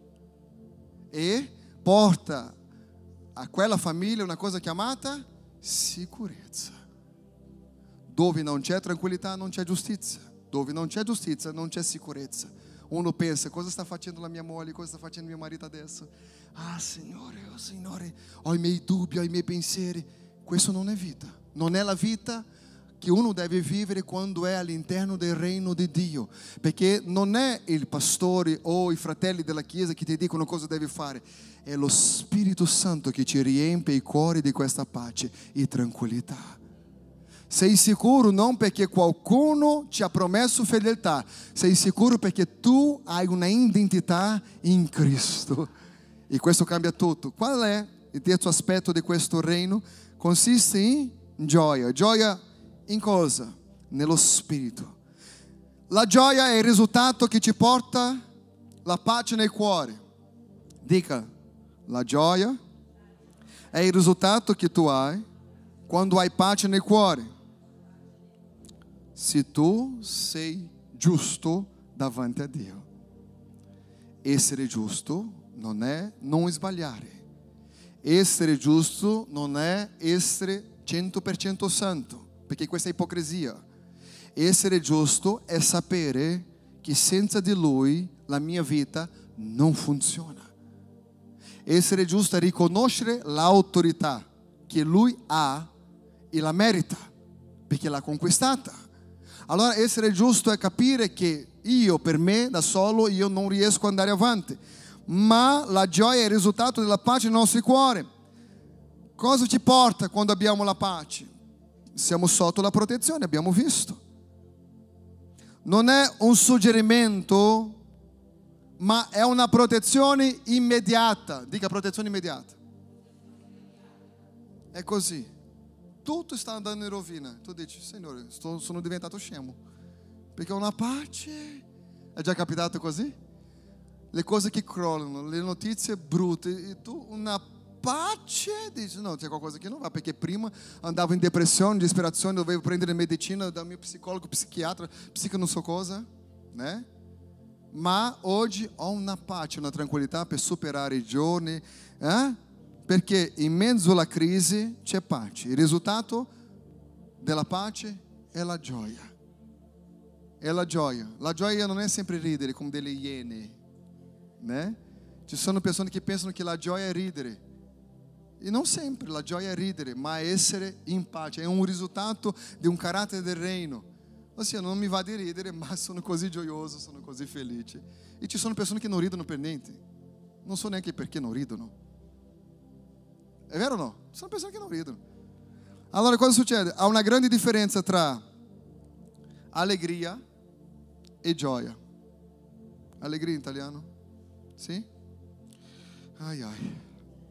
E porta a quella famiglia una cosa chiamata sicurezza. Dove non c'è tranquillità non c'è giustizia. Dove non c'è giustizia non c'è sicurezza. Uno pensa, cosa sta facendo la mia moglie, cosa sta facendo mio marito adesso? Ah, Signore, oh Signore, ho i miei dubbi, ho i miei pensieri. Questo non è vita. Non è la vita che uno deve vivere quando è all'interno del regno di Dio, perché non è il pastore o i fratelli della chiesa che ti dicono cosa devi fare, è lo Spirito Santo che ci riempie i cuori di questa pace e tranquillità. Sei sicuro non perché qualcuno ti ha promesso fedeltà, sei sicuro perché tu hai una identità in Cristo e questo cambia tutto. Qual è il terzo aspetto di questo regno? Consiste in gioia. Gioia in cosa? Nello spirito. La gioia è il risultato che ci porta la pace nel cuore. Dica, la gioia è il risultato che tu hai quando hai pace nel cuore. Se tu sei giusto davanti a Dio. Essere giusto non è non sbagliare. Essere giusto non è essere 100% santo, perché questa è ipocrisia. Essere giusto è sapere che senza di Lui la mia vita non funziona. Essere giusto è riconoscere l'autorità che Lui ha e la merita, perché l'ha conquistata. Allora essere giusto è capire che io, per me, da solo, io non riesco ad andare avanti. Ma la gioia è il risultato della pace nel nostro cuore. Cosa ci porta quando abbiamo la pace? Siamo sotto la protezione, abbiamo visto. Non è un suggerimento, ma è una protezione immediata. Dica protezione immediata. È così. Tutto sta andando in rovina. Tu dici, Signore, sono diventato scemo. Perché ho una pace. È già capitato così? Le cose che crollano, le notizie brutte. E tu una pace, dici no, c'è qualcosa che non va, perché prima andavo in depressione, disperazione, dovevo prendere medicina dal mio psicologo, psichiatra, non so cosa, né? Ma oggi ho una pace, una tranquillità per superare i giorni, perché in mezzo alla crisi c'è pace. Il risultato della pace è la gioia. è la gioia. La gioia non è sempre ridere come delle iene, né? Ci sono persone che pensano che la gioia è ridere. E non sempre la gioia è ridere, ma è essere in pace. È un risultato di un carattere del reino. Ossia, non mi va di ridere, ma sono così gioioso, sono così felice. E ci sono persone che non ridono per niente. Non so neanche perché non ridono. È vero o no? Ci sono persone che non ridono. Allora cosa succede? Há una grande differenza tra allegria e gioia. Allegria in italiano? Sì? Ai ai.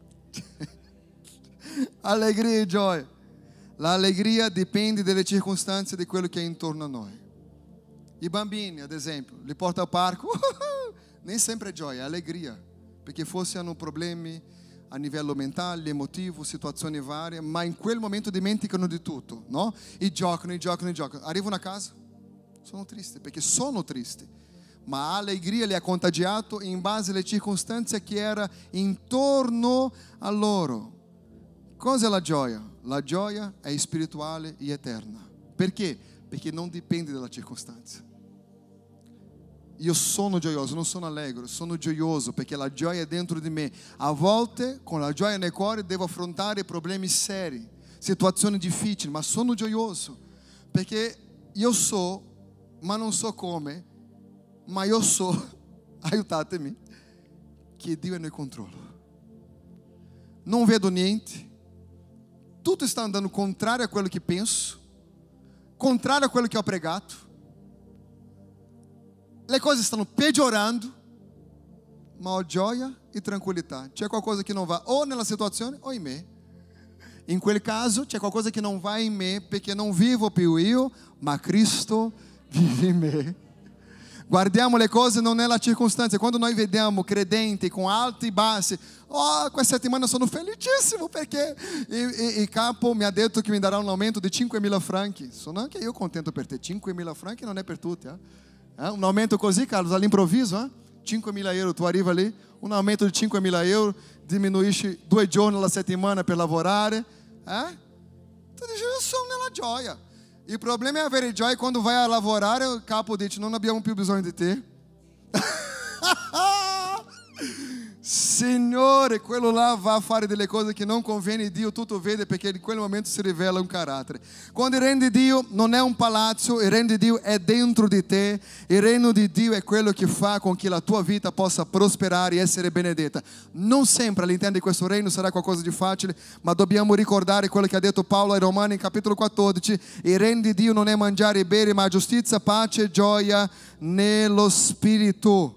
Allegria e gioia. L'allegria dipende dalle circostanze di quello che è intorno a noi. I bambini, ad esempio, li porta al parco, nem sempre è gioia, è allegria, perché forse hanno problemi a livello mentale, emotivo, situazioni varie, ma in quel momento dimenticano di tutto, no? E giocano. Arrivano a casa, sono tristi, perché sono tristi. Ma a allegria li ha contagiato in base alle circostanze che era intorno a loro. Cos'è la gioia? La gioia è spirituale e eterna. Perché? Perché non dipende dalla circostanza. Io sono gioioso, non sono allegro, sono gioioso perché la gioia è dentro di me. A volte, con la gioia nel cuore, devo affrontare problemi seri, situazioni difficili, ma sono gioioso perché io so, ma non so come, ma io so, aiutatemi, che Dio è nel controllo. Non vedo niente, tutto sta andando contrário a quello che penso, contrário a quello che ho pregato. Le cose stanno peggiorando, ma ho gioia e tranquillità. C'è qualcosa che non va o nella situazione o in me. In quel caso c'è qualcosa che non va in me perché non vivo più io, ma Cristo vive in me. Guardiamo le cose non nella circostanza. Quando noi vediamo credenti con alti e bassi, questa settimana sono felicissimo perché il capo mi ha detto che mi darà un aumento di 5.000 franchi. Sono anche io contento per te. 5.000 franchi non è per tutti, un aumento così, Carlos, all'improvviso, 5.000 euro, tu arriva lì, un aumento di 5.000 euro, diminuisci 2 giorni alla settimana per lavorare, tu dici, io sono nella gioia. Il problema è avere gioia quando vai a lavorare e il capo dice, non abbiamo più bisogno di te. Signore, quello là va a fare delle cose che non conviene a Dio, tutto vede perché in quel momento si rivela un carattere. Quando il regno di Dio non è un palazzo, il regno di Dio è dentro di te, il regno di Dio è quello che fa con che la tua vita possa prosperare e essere benedetta. Non sempre all'interno di questo regno sarà qualcosa di facile, ma dobbiamo ricordare quello che ha detto Paolo ai Romani in capitolo 14, il regno di Dio non è mangiare e bere, ma giustizia, pace e gioia nello Spirito.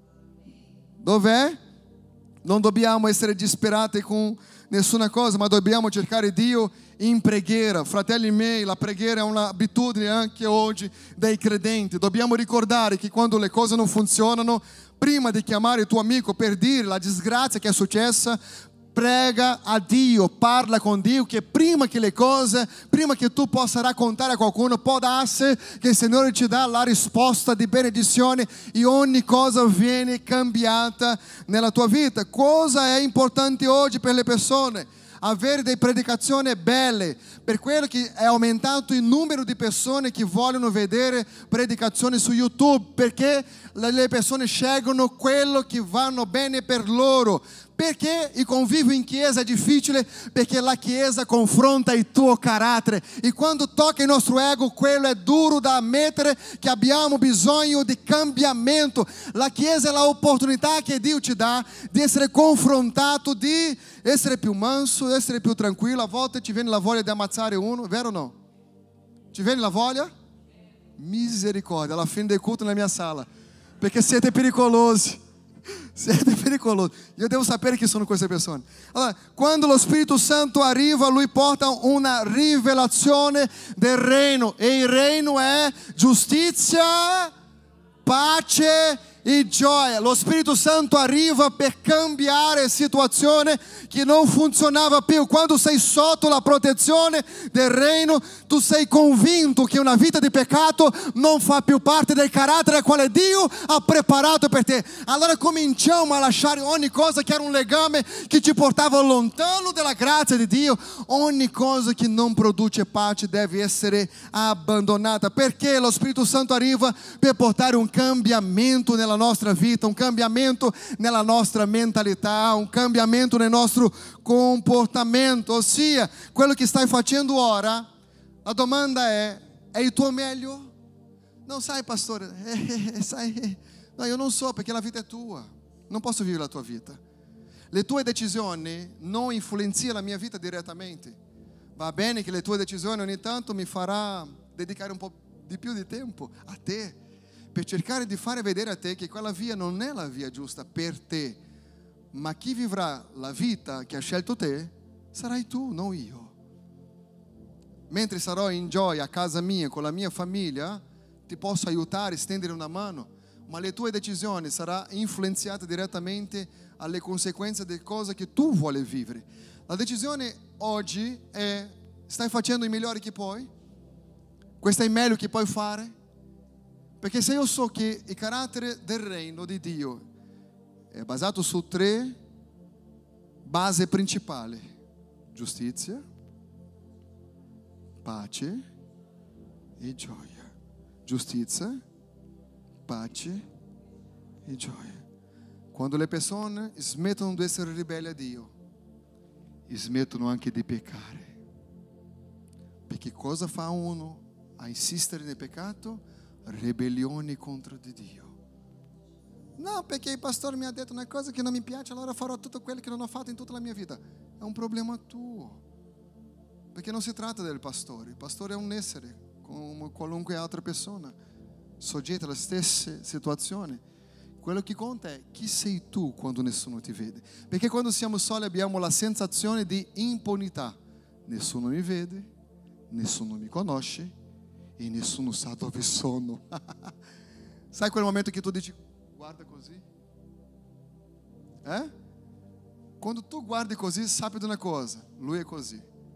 Dov'è? Non dobbiamo essere disperati con nessuna cosa, ma dobbiamo cercare Dio in preghiera. Fratelli miei, la preghiera è un'abitudine anche oggi dei credenti. Dobbiamo ricordare che quando le cose non funzionano, prima di chiamare il tuo amico per dire la disgrazia che è successa, prega a Dio, parla con Dio, che prima che le cose, prima che tu possa raccontare a qualcuno, può darsi che il Signore ci dà la risposta di benedizione e ogni cosa viene cambiata nella tua vita. Cosa è importante oggi per le persone? Avere delle predicazioni belle, per quello che è aumentato il numero di persone che vogliono vedere predicazioni su YouTube, perché le persone scelgono quello che vanno bene per loro. Perché il convivio in chiesa è difficile? Perché la chiesa confronta il tuo carattere e quando tocca il nostro ego, quello è duro da ammettere che abbiamo bisogno di cambiamento. La chiesa è l'opportunità che Dio ci dà di essere confrontato, di essere più manso, di essere più tranquillo. A volte ci viene la voglia di ammazzare uno, vero o no? Ci viene la voglia? Misericórdia, alla fine del culto nella mia sala, perché siete pericolosi. Siete pericolosi. Io devo sapere chi sono queste persone. Allora, quando lo Spirito Santo arriva, lui porta una rivelazione del reino, e il reino è giustizia, pace e gioia. Lo Spirito Santo arriva per cambiare situazione che non funzionava più. Quando sei sotto la protezione del reino, tu sei convinto che una vita di peccato non fa più parte del carattere al quale Dio ha preparato per te. Allora cominciamo a lasciare ogni cosa che era un legame che ci portava lontano dalla grazia di Dio. Ogni cosa che non produce pace deve essere abbandonata, perché lo Spirito Santo arriva per portare un cambiamento nella nostra vita, un cambiamento nella nostra mentalità, un cambiamento nel nostro comportamento. Ossia, quello che stai facendo ora, la domanda è il tuo meglio? Non sai, pastore, sai, no, io non so, perché la vita è tua, non posso vivere la tua vita. Le tue decisioni non influenzano la mia vita direttamente. Va bene che le tue decisioni ogni tanto mi farà dedicare un po' di più di tempo a te, per cercare di fare vedere a te che quella via non è la via giusta per te, ma chi vivrà la vita che ha scelto te sarai tu, non io. Mentre sarò in gioia a casa mia con la mia famiglia, ti posso aiutare, stendere una mano, ma le tue decisioni saranno influenzate direttamente alle conseguenze delle cose che tu vuoi vivere. La decisione oggi è: stai facendo il migliore che puoi? Questo è il meglio che puoi fare? Perché se io so che il carattere del reino di Dio è basato su 3 basi principali: giustizia, pace e gioia. Giustizia, pace e gioia. Quando le persone smettono di essere ribelli a Dio, smettono anche di peccare. Perché cosa fa uno a insistere nel peccato? Ribellione contro di Dio. No, perché il pastore mi ha detto una cosa che non mi piace, allora farò tutto quello che non ho fatto in tutta la mia vita. È un problema tuo, perché non si tratta del pastore. Il pastore è un essere come qualunque altra persona, soggetta alle stesse situazioni. Quello che conta è chi sei tu quando nessuno ti vede, perché quando siamo soli abbiamo la sensazione di impunità. Nessuno mi vede, nessuno mi conosce e nessuno sa dove sono. Sai quel momento che tu dici: guarda così? Quando tu guardi così, sappi di una cosa: lui è così.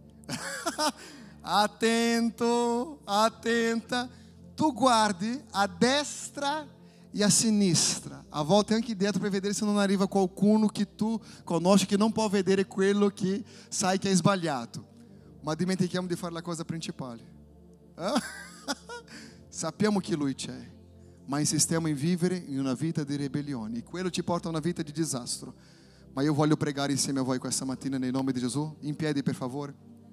Attento, attenta. Tu guardi a destra e a sinistra, a volte anche dietro, per vedere se non arriva qualcuno che tu conosci che non può vedere quello che sai che è sbagliato. Ma dimentichiamo di fare la cosa principale. Sappiamo che lui c'è, ma insistiamo in vivere in una vita di ribellione, e quello ci porta a una vita di disastro. Ma io voglio pregare insieme a voi questa mattina nel nome di Gesù. In piedi, per favore.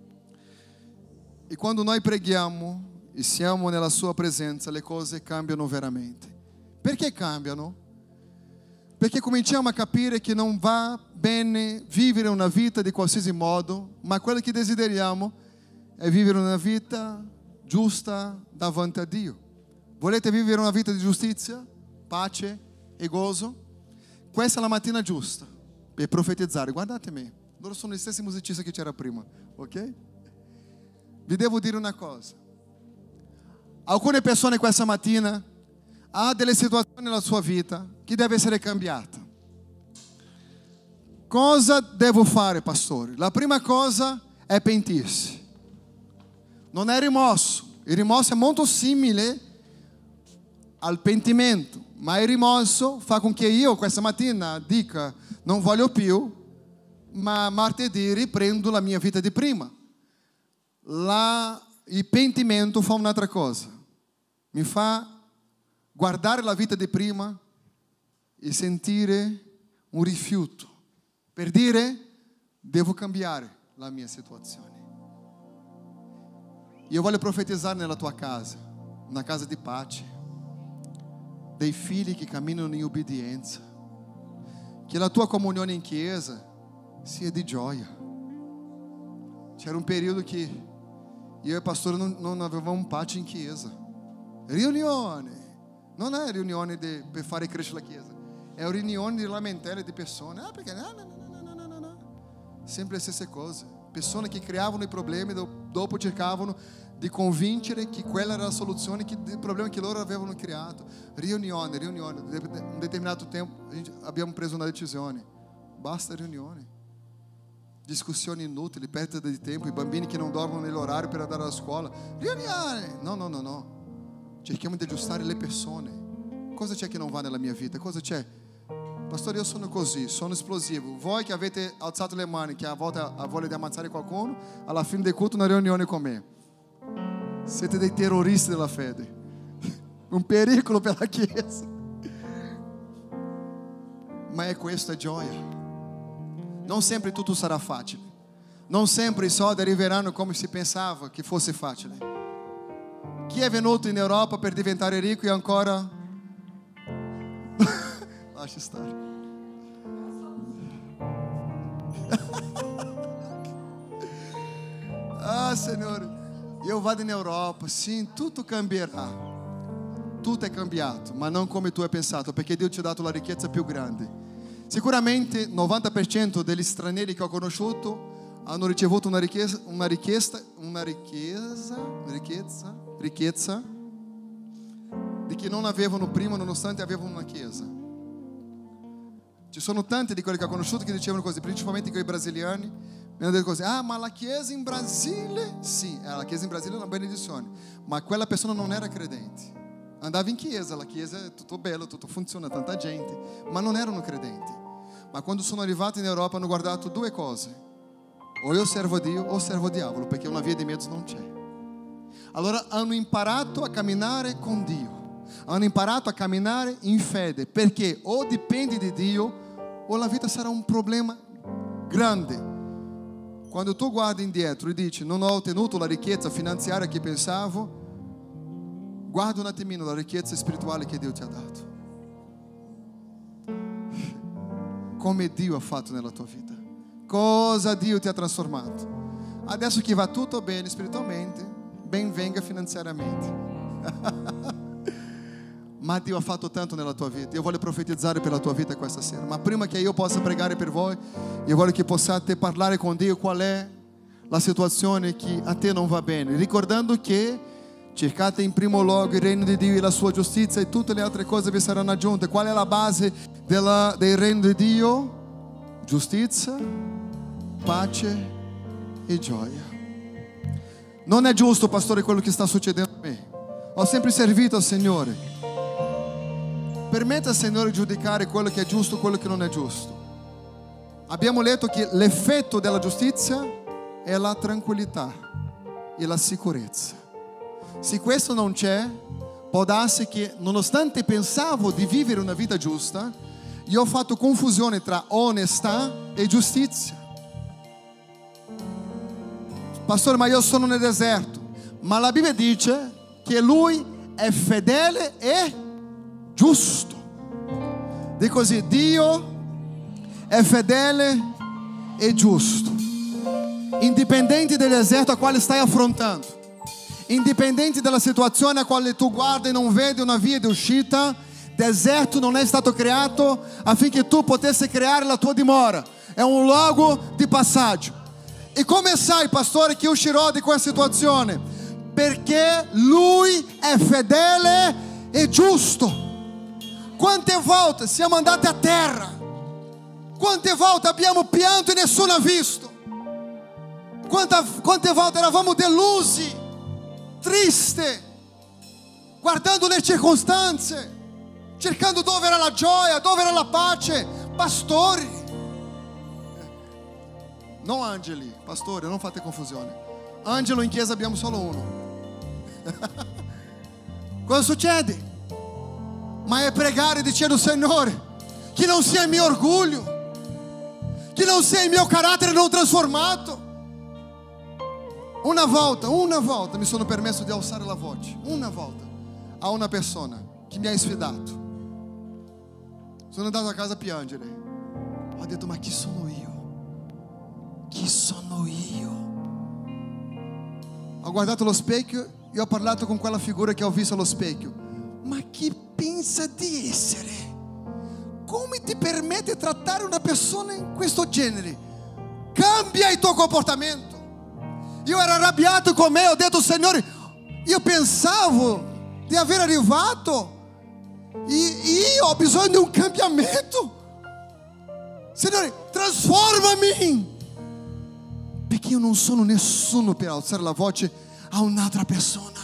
E quando noi preghiamo e siamo nella sua presenza, le cose cambiano veramente. Perché cambiano? Perché cominciamo a capire che non va bene vivere una vita di qualsiasi modo, ma quello che desideriamo è vivere una vita giusta davanti a Dio. Volete vivere una vita di giustizia, pace e gozo? Questa è la mattina giusta per profetizzare. Guardate me, loro sono gli stessi musicisti che c'era prima, ok? Vi devo dire una cosa: alcune persone questa mattina hanno delle situazioni nella sua vita che deve essere cambiata. Cosa devo fare, pastore? La prima cosa è pentirsi. Non è rimorso. Il rimorso è molto simile al pentimento, ma il rimorso fa con che io questa mattina dica: non voglio più, ma martedì riprendo la mia vita di prima. Il pentimento fa un'altra cosa: mi fa guardare la vita di prima e sentire un rifiuto per dire: devo cambiare la mia situazione. Io voglio profetizzare nella tua casa, una casa di pace, dei figli che camminano in obbedienza, che la tua comunione in chiesa sia di gioia. C'era un periodo che io e il pastore non avevamo pace in chiesa. Riunione non è riunione per fare crescere la chiesa, è riunione di lamentele di persone. Perché no. Sempre le stesse cose. Persone che creavano i problemi, dopo cercavano di convincere che quella era la soluzione del problema che loro avevano creato. Riunione, un determinato tempo abbiamo preso una decisione: basta riunioni, discussioni inutili, perdita di tempo, i bambini che non dormono nell'orario per andare a scuola. Riunione! No. Cerchiamo di aggiustare le persone. Cosa c'è che non va nella mia vita? Cosa c'è? Pastore, io sono così, sono esplosivo. Voi che avete alzato le mani, che a volte ha voglia di ammazzare qualcuno, alla fine del culto una riunione con me. Siete dei terroristi della fede. Un pericolo per la Chiesa. Ma questa è gioia. Non sempre tutto sarà facile. Non sempre i soldi arriveranno come si pensava che fosse facile. Chi è venuto in Europa per diventare ricco e ancora... Lascia stare. Ah, Signore, io vado in Europa, sì, tutto cambierà. Tutto è cambiato, ma non come tu hai pensato, perché Dio ci ha dato la ricchezza più grande. Sicuramente 90% degli stranieri che ho conosciuto hanno ricevuto una ricchezza di che non avevano prima, nonostante avevano una chiesa. Ci sono tanti di quelli che ho conosciuto che dicevano così, principalmente quei brasiliani, mi hanno detto così: ah, ma la chiesa in Brasile, sì, la chiesa in Brasile è una benedizione, ma quella persona non era credente. Andava in chiesa, la chiesa è tutto bello, tutto funziona, tanta gente, ma non erano credenti. Ma quando sono arrivati in Europa hanno guardato due cose: o io servo a Dio o servo al diavolo, perché una via di mezzo non c'è. Allora hanno imparato a camminare con Dio, hanno imparato a camminare in fede, perché o dipendi di Dio o la vita sarà un problema grande. Quando tu guardi indietro e dici: non ho ottenuto la ricchezza finanziaria che pensavo, guarda un attimino la ricchezza spirituale che Dio ti ha dato. Come Dio ha fatto nella tua vita, cosa Dio ti ha trasformato. Adesso che va tutto bene spiritualmente, ben venga finanziariamente. Ma Dio ha fatto tanto nella tua vita. Io voglio profetizzare per la tua vita questa sera. Ma prima che io possa pregare per voi, io voglio che possiate parlare con Dio qual è la situazione che a te non va bene, ricordando che cercate in primo luogo il regno di Dio e la sua giustizia, e tutte le altre cose vi saranno aggiunte. Qual è la base del regno di Dio? Giustizia, pace e gioia. Non è giusto, pastore, quello che sta succedendo a me. Ho sempre servito al Signore. Permetta al Signore giudicare quello che è giusto e quello che non è giusto. Abbiamo letto che l'effetto della giustizia è la tranquillità e la sicurezza. Se questo non c'è, può darsi che, nonostante pensavo di vivere una vita giusta, io ho fatto confusione tra onestà e giustizia. Pastore, ma io sono nel deserto. Ma la Bibbia dice che Lui è fedele e giusto. Di così, Dio è fedele e giusto. Indipendente del deserto a quale stai affrontando, indipendente dalla situazione a quale tu guardi e non vedi una via di uscita, deserto non è stato creato affinché tu potessi creare la tua dimora. È un luogo di passaggio. E come sai, pastore, che uscirò di quella situazione? Perché Lui è fedele e giusto. Quante volte siamo andati a terra? Quante volte abbiamo pianto e nessuno ha visto? Quante volte eravamo delusi, triste, guardando le circostanze, cercando dove era la gioia, dove era la pace. Pastori, non angeli, pastori, non fate confusione. Angelo in chiesa abbiamo solo uno. Cosa succede? Ma è pregare dicendo: Signore, che non sia il mio orgoglio, che non sia il mio carattere non trasformato. Una volta mi sono permesso di alzare la voce, una volta, a una persona che mi ha sfidato. Sono andato a casa a piangere. Ho detto: ma chi sono io? Chi sono io? Ho guardato allo specchio e ho parlato con quella figura che ho visto allo specchio. Ma chi pensa di essere? Come ti permette di trattare una persona in questo genere? Cambia il tuo comportamento. Io ero arrabbiato con me, ho detto: Signore, io pensavo di aver arrivato e io ho bisogno di un cambiamento. Signore, trasformami, perché io non sono nessuno per alzare la voce a un'altra persona,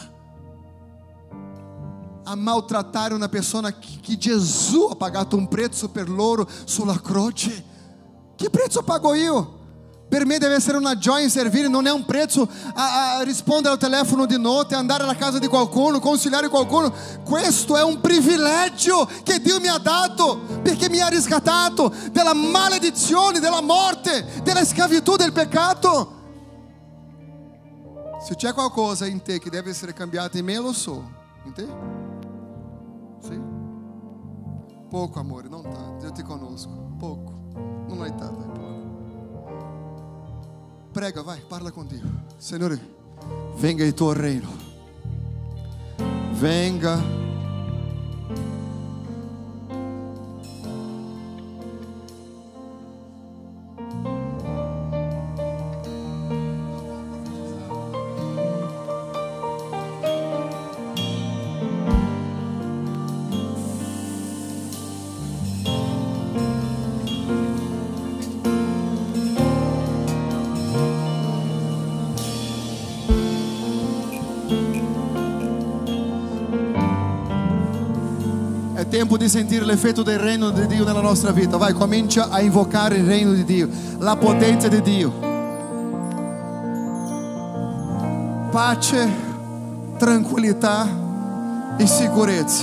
a maltrattare una persona che Gesù ha pagato un prezzo per loro sulla croce. Che prezzo pago io? Per me deve essere una gioia in servire, non è un prezzo a rispondere al telefono di notte, andare alla casa di qualcuno, consigliare qualcuno. Questo è un privilegio che Dio mi ha dato, perché mi ha riscattato dalla maledizione, della morte, della schiavitù del peccato. Se c'è qualcosa in te che deve essere cambiato in me, lo so. In te? Sì? Poco, amore, non tanto. Io ti conosco. Poco. Non hai tanto, è poco. Prega, vai, parla con Dio. Signore, venga il tuo reino. Venga. È tempo di sentire l'effetto del regno di Dio nella nostra vita. Vai, comincia a invocare il regno di Dio, la potenza di Dio. Pace, tranquillità e sicurezza.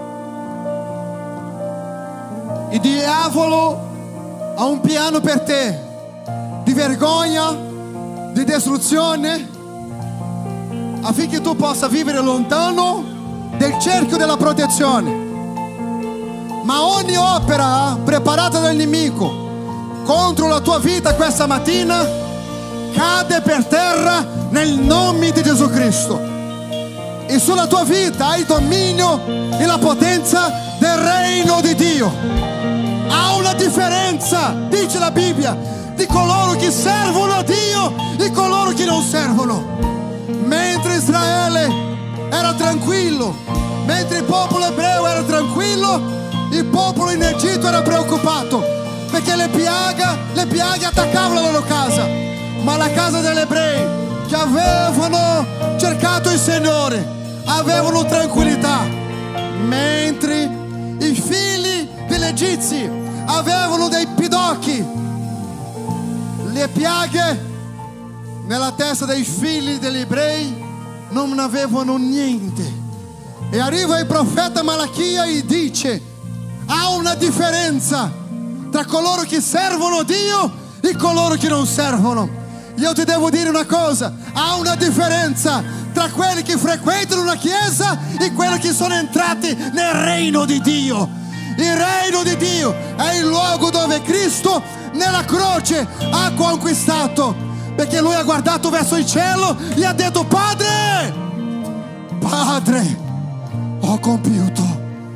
Il diavolo ha un piano per te di vergogna, di distruzione, affinché tu possa vivere lontano del cerchio della protezione. Ma ogni opera preparata dal nemico contro la tua vita questa mattina cade per terra nel nome di Gesù Cristo. E sulla tua vita hai dominio e la potenza del regno di Dio. Ha una differenza, dice la Bibbia, di coloro che servono a Dio e coloro che non servono. Mentre Israele era tranquillo, mentre il popolo ebreo era tranquillo, il popolo in Egitto era preoccupato, perché le piaghe attaccavano la loro casa. Ma la casa degli ebrei, che avevano cercato il Signore, avevano tranquillità, mentre i figli degli egizi avevano dei pidocchi. Le piaghe nella testa dei figli degli ebrei non avevano niente. E arriva il profeta Malachia e dice: ha una differenza tra coloro che servono Dio e coloro che non servono. Io ti devo dire una cosa: ha una differenza tra quelli che frequentano una chiesa e quelli che sono entrati nel regno di Dio. Il regno di Dio è il luogo dove Cristo nella croce ha conquistato, perché Lui ha guardato verso il cielo e ha detto: Padre, Padre, ho compiuto.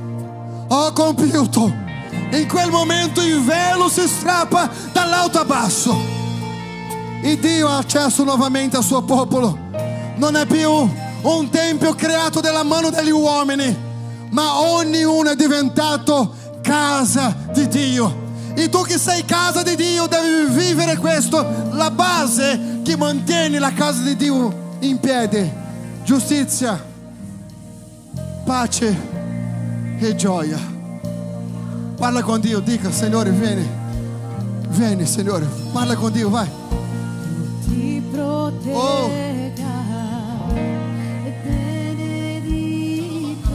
In quel momento il velo si strappa dall'alto a basso e Dio ha accesso nuovamente al suo popolo. Non è più un tempio creato dalla mano degli uomini, ma ognuno è diventato casa di Dio. E tu che sei casa di Dio devi vivere questo, la base che mantiene la casa di Dio in piedi: giustizia, pace e gioia. Parla con Dio, dica: Signore, vieni Signore, parla con Dio, vai. Ti protegga e benedica,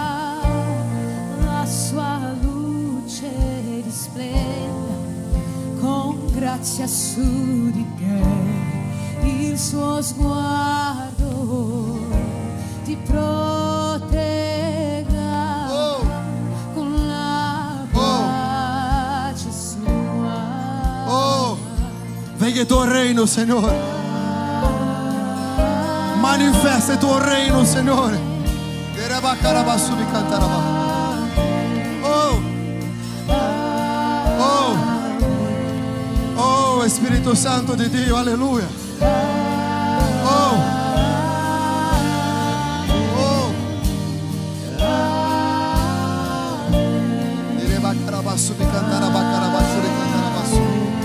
la sua luce risplenda con grazia su di te, il suo sguardo ti protegga. Venga il tuo regno, Signore. Manifesta il tuo regno, Signore. Oh, Spirito Santo di Dio, alleluia. basso di cantare bacarabasso di cantare basso.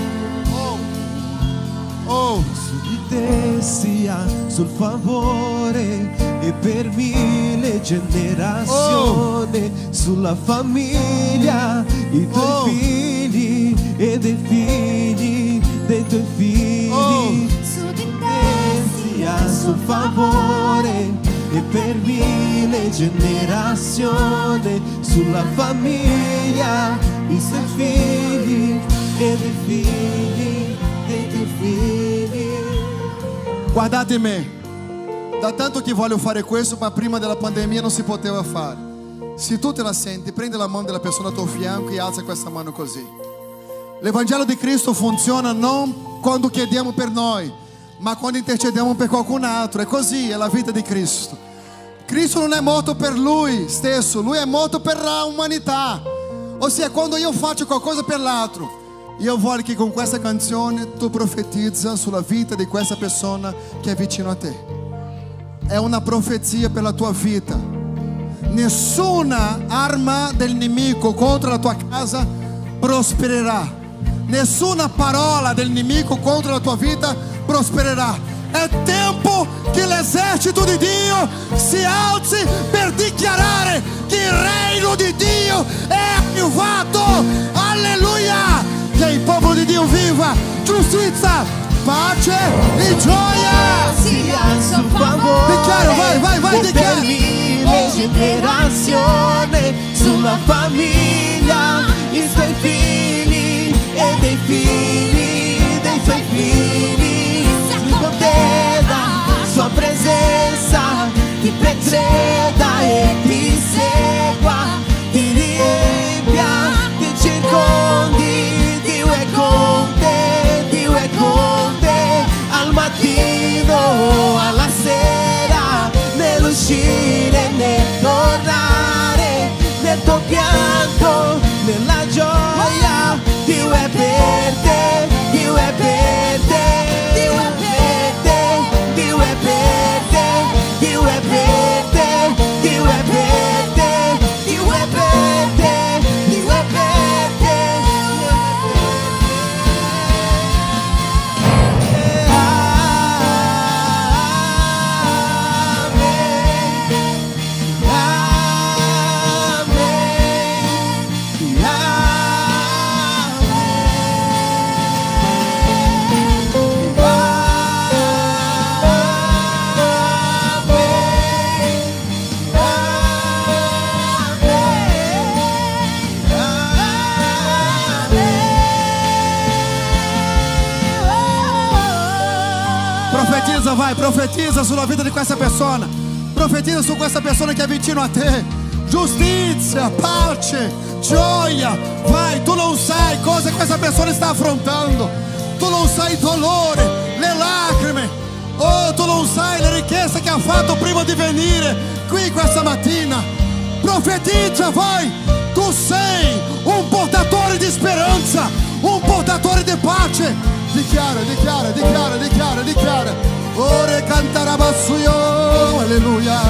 Oh. Su di te sia sul favore e per 1000 generazioni, sulla famiglia, i tuoi figli e dei figli dei tuoi figli. Su di Te sia sul favore e per 1000 generazioni, sulla famiglia, i suoi figli e dei figli dei tuoi figli. Guardate me, da tanto che voglio fare questo, ma prima della pandemia non si poteva fare. Se tu te la senti, prendi la mano della persona al tuo fianco e alza questa mano così. L'Evangelo di Cristo funziona non quando chiediamo per noi, ma quando intercediamo per qualcun altro. È così, è la vita di Cristo. Cristo non è morto per Lui stesso, Lui è morto per la umanità. Ossia, quando io faccio qualcosa per l'altro, io voglio che con questa canzone tu profetizza sulla vita di questa persona che è vicino a te. È una profezia per la tua vita. Nessuna arma del nemico contro la tua casa prospererà. Nessuna parola del nemico contro la tua vita prospererà. È tempo che l'esercito di Dio si alzi per dichiarare che il regno di Dio è arrivato. Alleluia! Che il popolo di Dio viva giustizia, pace e gioia. Sia sul favore, Dichiara, vai, dichiara. 1000 generazioni, sulla famiglia, i tuoi figli e dei figli dei tuoi figli. Lui poteva, sua presenza ti preceda e ti segua, ti riempia, ti circondi. Dio è con te, al mattino, alla sera, nell'uscire e nel tornare, nel tuo pianto, nella gioia. Dio è per te, Dio è per te, Dio è per te, Dio è per te, Dio è per te, Dio è per te, Dio è per te, Dio è per te. Profetiza, vai, profetiza sulla vita di questa persona. Profetiza su questa persona che è vicino a te. Giustizia, pace, gioia. Vai, tu non sai cosa questa persona sta affrontando. Tu non sai il dolore, le lacrime. Oh, tu non sai la richiesta che ha fatto prima di venire qui questa mattina. Profetizza, vai. Tu sei un portatore di speranza, un portatore di pace. Dichiara, dichiara, dichiara, dichiara, dichiara. Ore cantarabassuio, alleluia.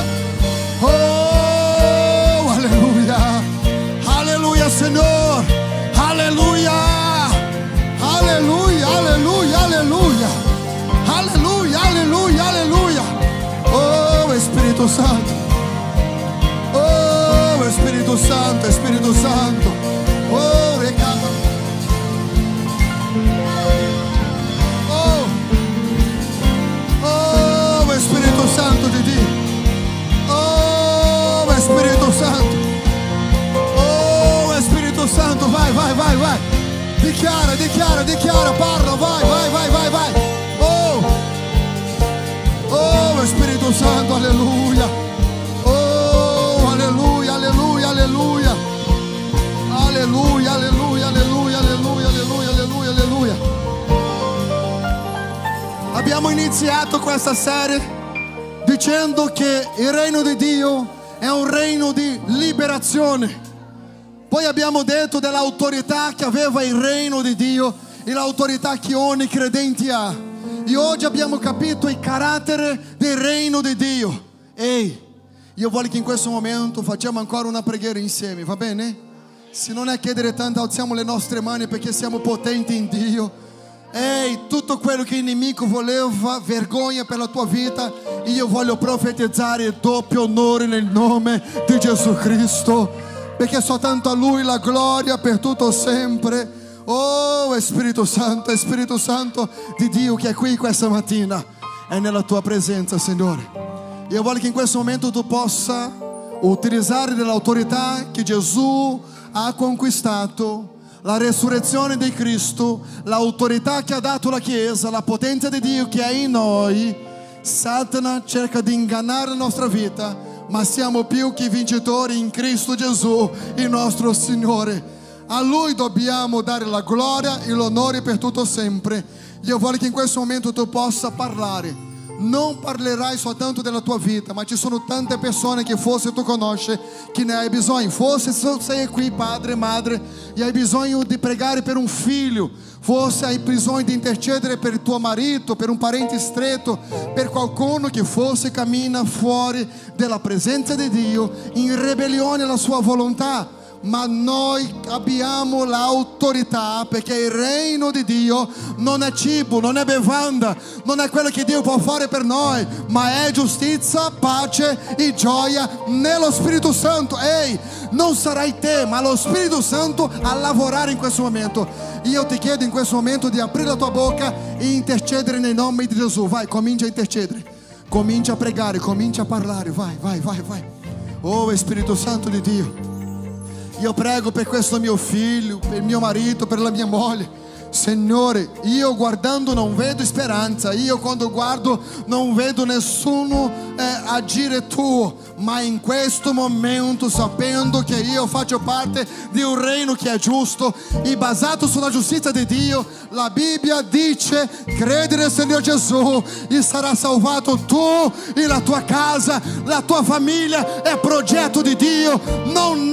Oh, alleluia. Alleluia, Signor. Alleluia. Alleluia, alleluia, alleluia. Alleluia, alleluia, alleluia. Oh, Spirito Santo. Oh, Spirito Santo, Spirito Santo. Oh, recata. Spirito Santo di Dio. Oh, Spirito Santo. Oh, Spirito Santo, vai, vai, vai, vai. Dichiara, dichiara, dichiara, parla, vai, vai, vai, vai, vai. Oh, oh, Spirito Santo, alleluia. Oh, alleluia, alleluia, alleluia. Alleluia, alleluia, alleluia, alleluia, alleluia, alleluia, alleluia. Abbiamo iniziato questa serie dicendo che il regno di Dio è un regno di liberazione. Poi abbiamo detto dell'autorità che aveva il regno di Dio e l'autorità che ogni credente ha. E oggi abbiamo capito il carattere del regno di Dio. Ehi, io voglio che in questo momento facciamo ancora una preghiera insieme, va bene? Se non è chiedere tanto, alziamo le nostre mani perché siamo potenti in Dio. Ehi, tutto quello che il nemico voleva, vergogna per la tua vita, io voglio profetizzare doppio onore nel nome di Gesù Cristo, perché soltanto a Lui la gloria per tutto sempre. Oh Spirito Santo di Dio che è qui questa mattina, è nella tua presenza, Signore. Io voglio che in questo momento tu possa utilizzare dell'autorità che Gesù ha conquistato, la resurrezione di Cristo, l'autorità che ha dato la Chiesa, la potenza di Dio che è in noi. Satana cerca di ingannare la nostra vita, ma siamo più che vincitori in Cristo Gesù, il nostro Signore. A Lui dobbiamo dare la gloria e l'onore per tutto sempre. Io voglio che in questo momento tu possa parlare. Non parlerai soltanto della tua vita, ma ci sono tante persone che forse tu conosci che ne hai bisogno. Forse sei qui, padre, madre, e hai bisogno di pregare per un figlio. Forse hai bisogno di intercedere per il tuo marito, per un parente stretto, per qualcuno che forse cammina fuori della presenza di Dio, in ribellione alla sua volontà. Ma noi abbiamo l'autorità, perché il regno di Dio non è cibo, non è bevanda, non è quello che Dio può fare per noi, ma è giustizia, pace e gioia nello Spirito Santo. Ehi, non sarai te, ma lo Spirito Santo a lavorare in questo momento. Io ti chiedo in questo momento di aprire la tua bocca e intercedere nel nome di Gesù. Vai, comincia a intercedere, comincia a pregare, comincia a parlare. Vai. Oh Spirito Santo di Dio, io prego per questo mio figlio, per mio marito, per la mia moglie. Signore, io guardando non vedo speranza, io quando guardo non vedo nessuno agire tuo, ma in questo momento, sapendo che io faccio parte di un regno che è giusto e basato sulla giustizia di Dio, la Bibbia dice: credi nel Signore Gesù e sarà salvato tu e la tua casa, la tua famiglia. È progetto di Dio, non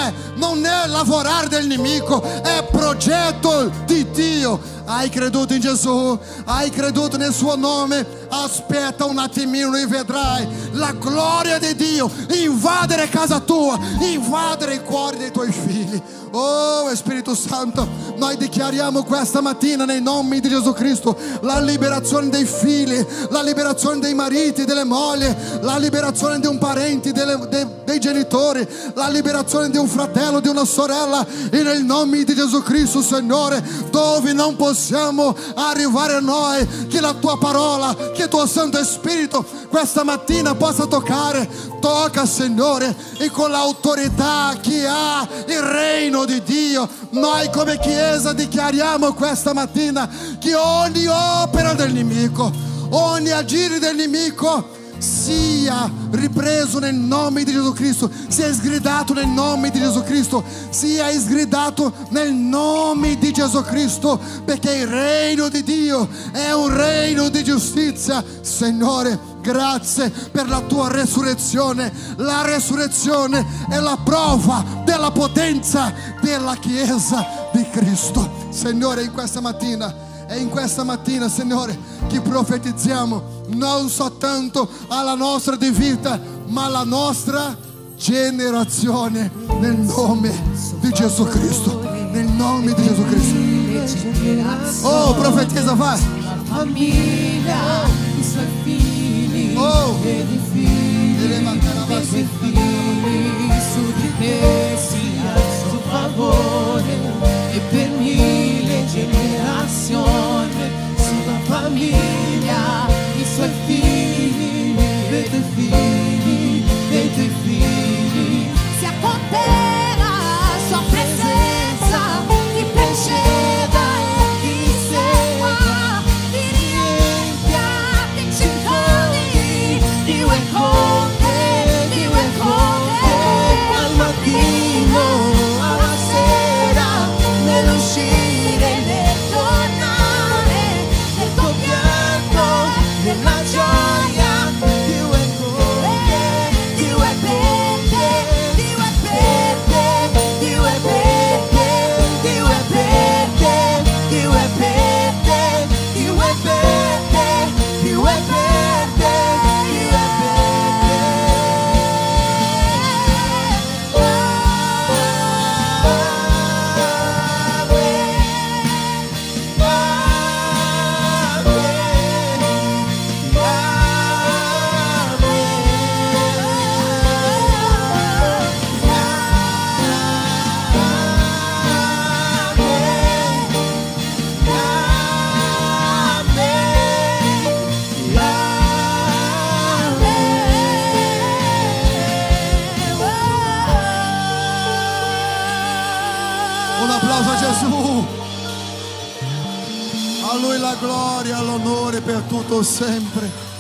è lavorare del nemico, è progetto di Dio. Hai creduto in Gesù, hai creduto nel suo nome, aspetta un attimino e vedrai la gloria di Dio invadere casa tua, invadere i cuori dei tuoi figli. Oh Spirito Santo, noi dichiariamo questa mattina nel nome di Gesù Cristo la liberazione dei figli, la liberazione dei mariti, delle mogli, la liberazione di un parente, dei genitori, la liberazione di un fratello, di una sorella, e nel nome di Gesù Cristo, Signore, dove non possiamo arrivare a noi, che la tua parola, che il tuo Santo Spirito questa mattina possa toccare. Tocca, Signore, e con l'autorità che ha il regno di Dio, noi come Chiesa dichiariamo questa mattina che ogni opera del nemico, ogni agire del nemico sia ripreso nel nome di Gesù Cristo, sia sgridato nel nome di Gesù Cristo, sia sgridato nel nome di Gesù Cristo, perché il regno di Dio è un regno di giustizia. Signore, grazie per la tua resurrezione. La resurrezione è la prova della potenza della Chiesa di Cristo. Signore, in questa mattina, è in questa mattina, Signore, che profetizziamo non soltanto alla nostra di vita, ma alla nostra generazione, nel nome di Gesù Cristo, nel nome di Gesù Cristo. Oh, profetizza, vai. Famiglia, i suoi figli, ed i figli dei suoi figli, su di te sia il suo favore, e per 1000 generazioni, sulla famiglia, i suoi figli, dei tuoi figli, dei tuoi figli, sia con te la sua presenza, ti preceda e ti segua, ti riempia, ti circondi, Dio è con te, Dio è con te, al mattino, alla sera, nell'uscita A Lui la gloria, l'onore per tutto sempre.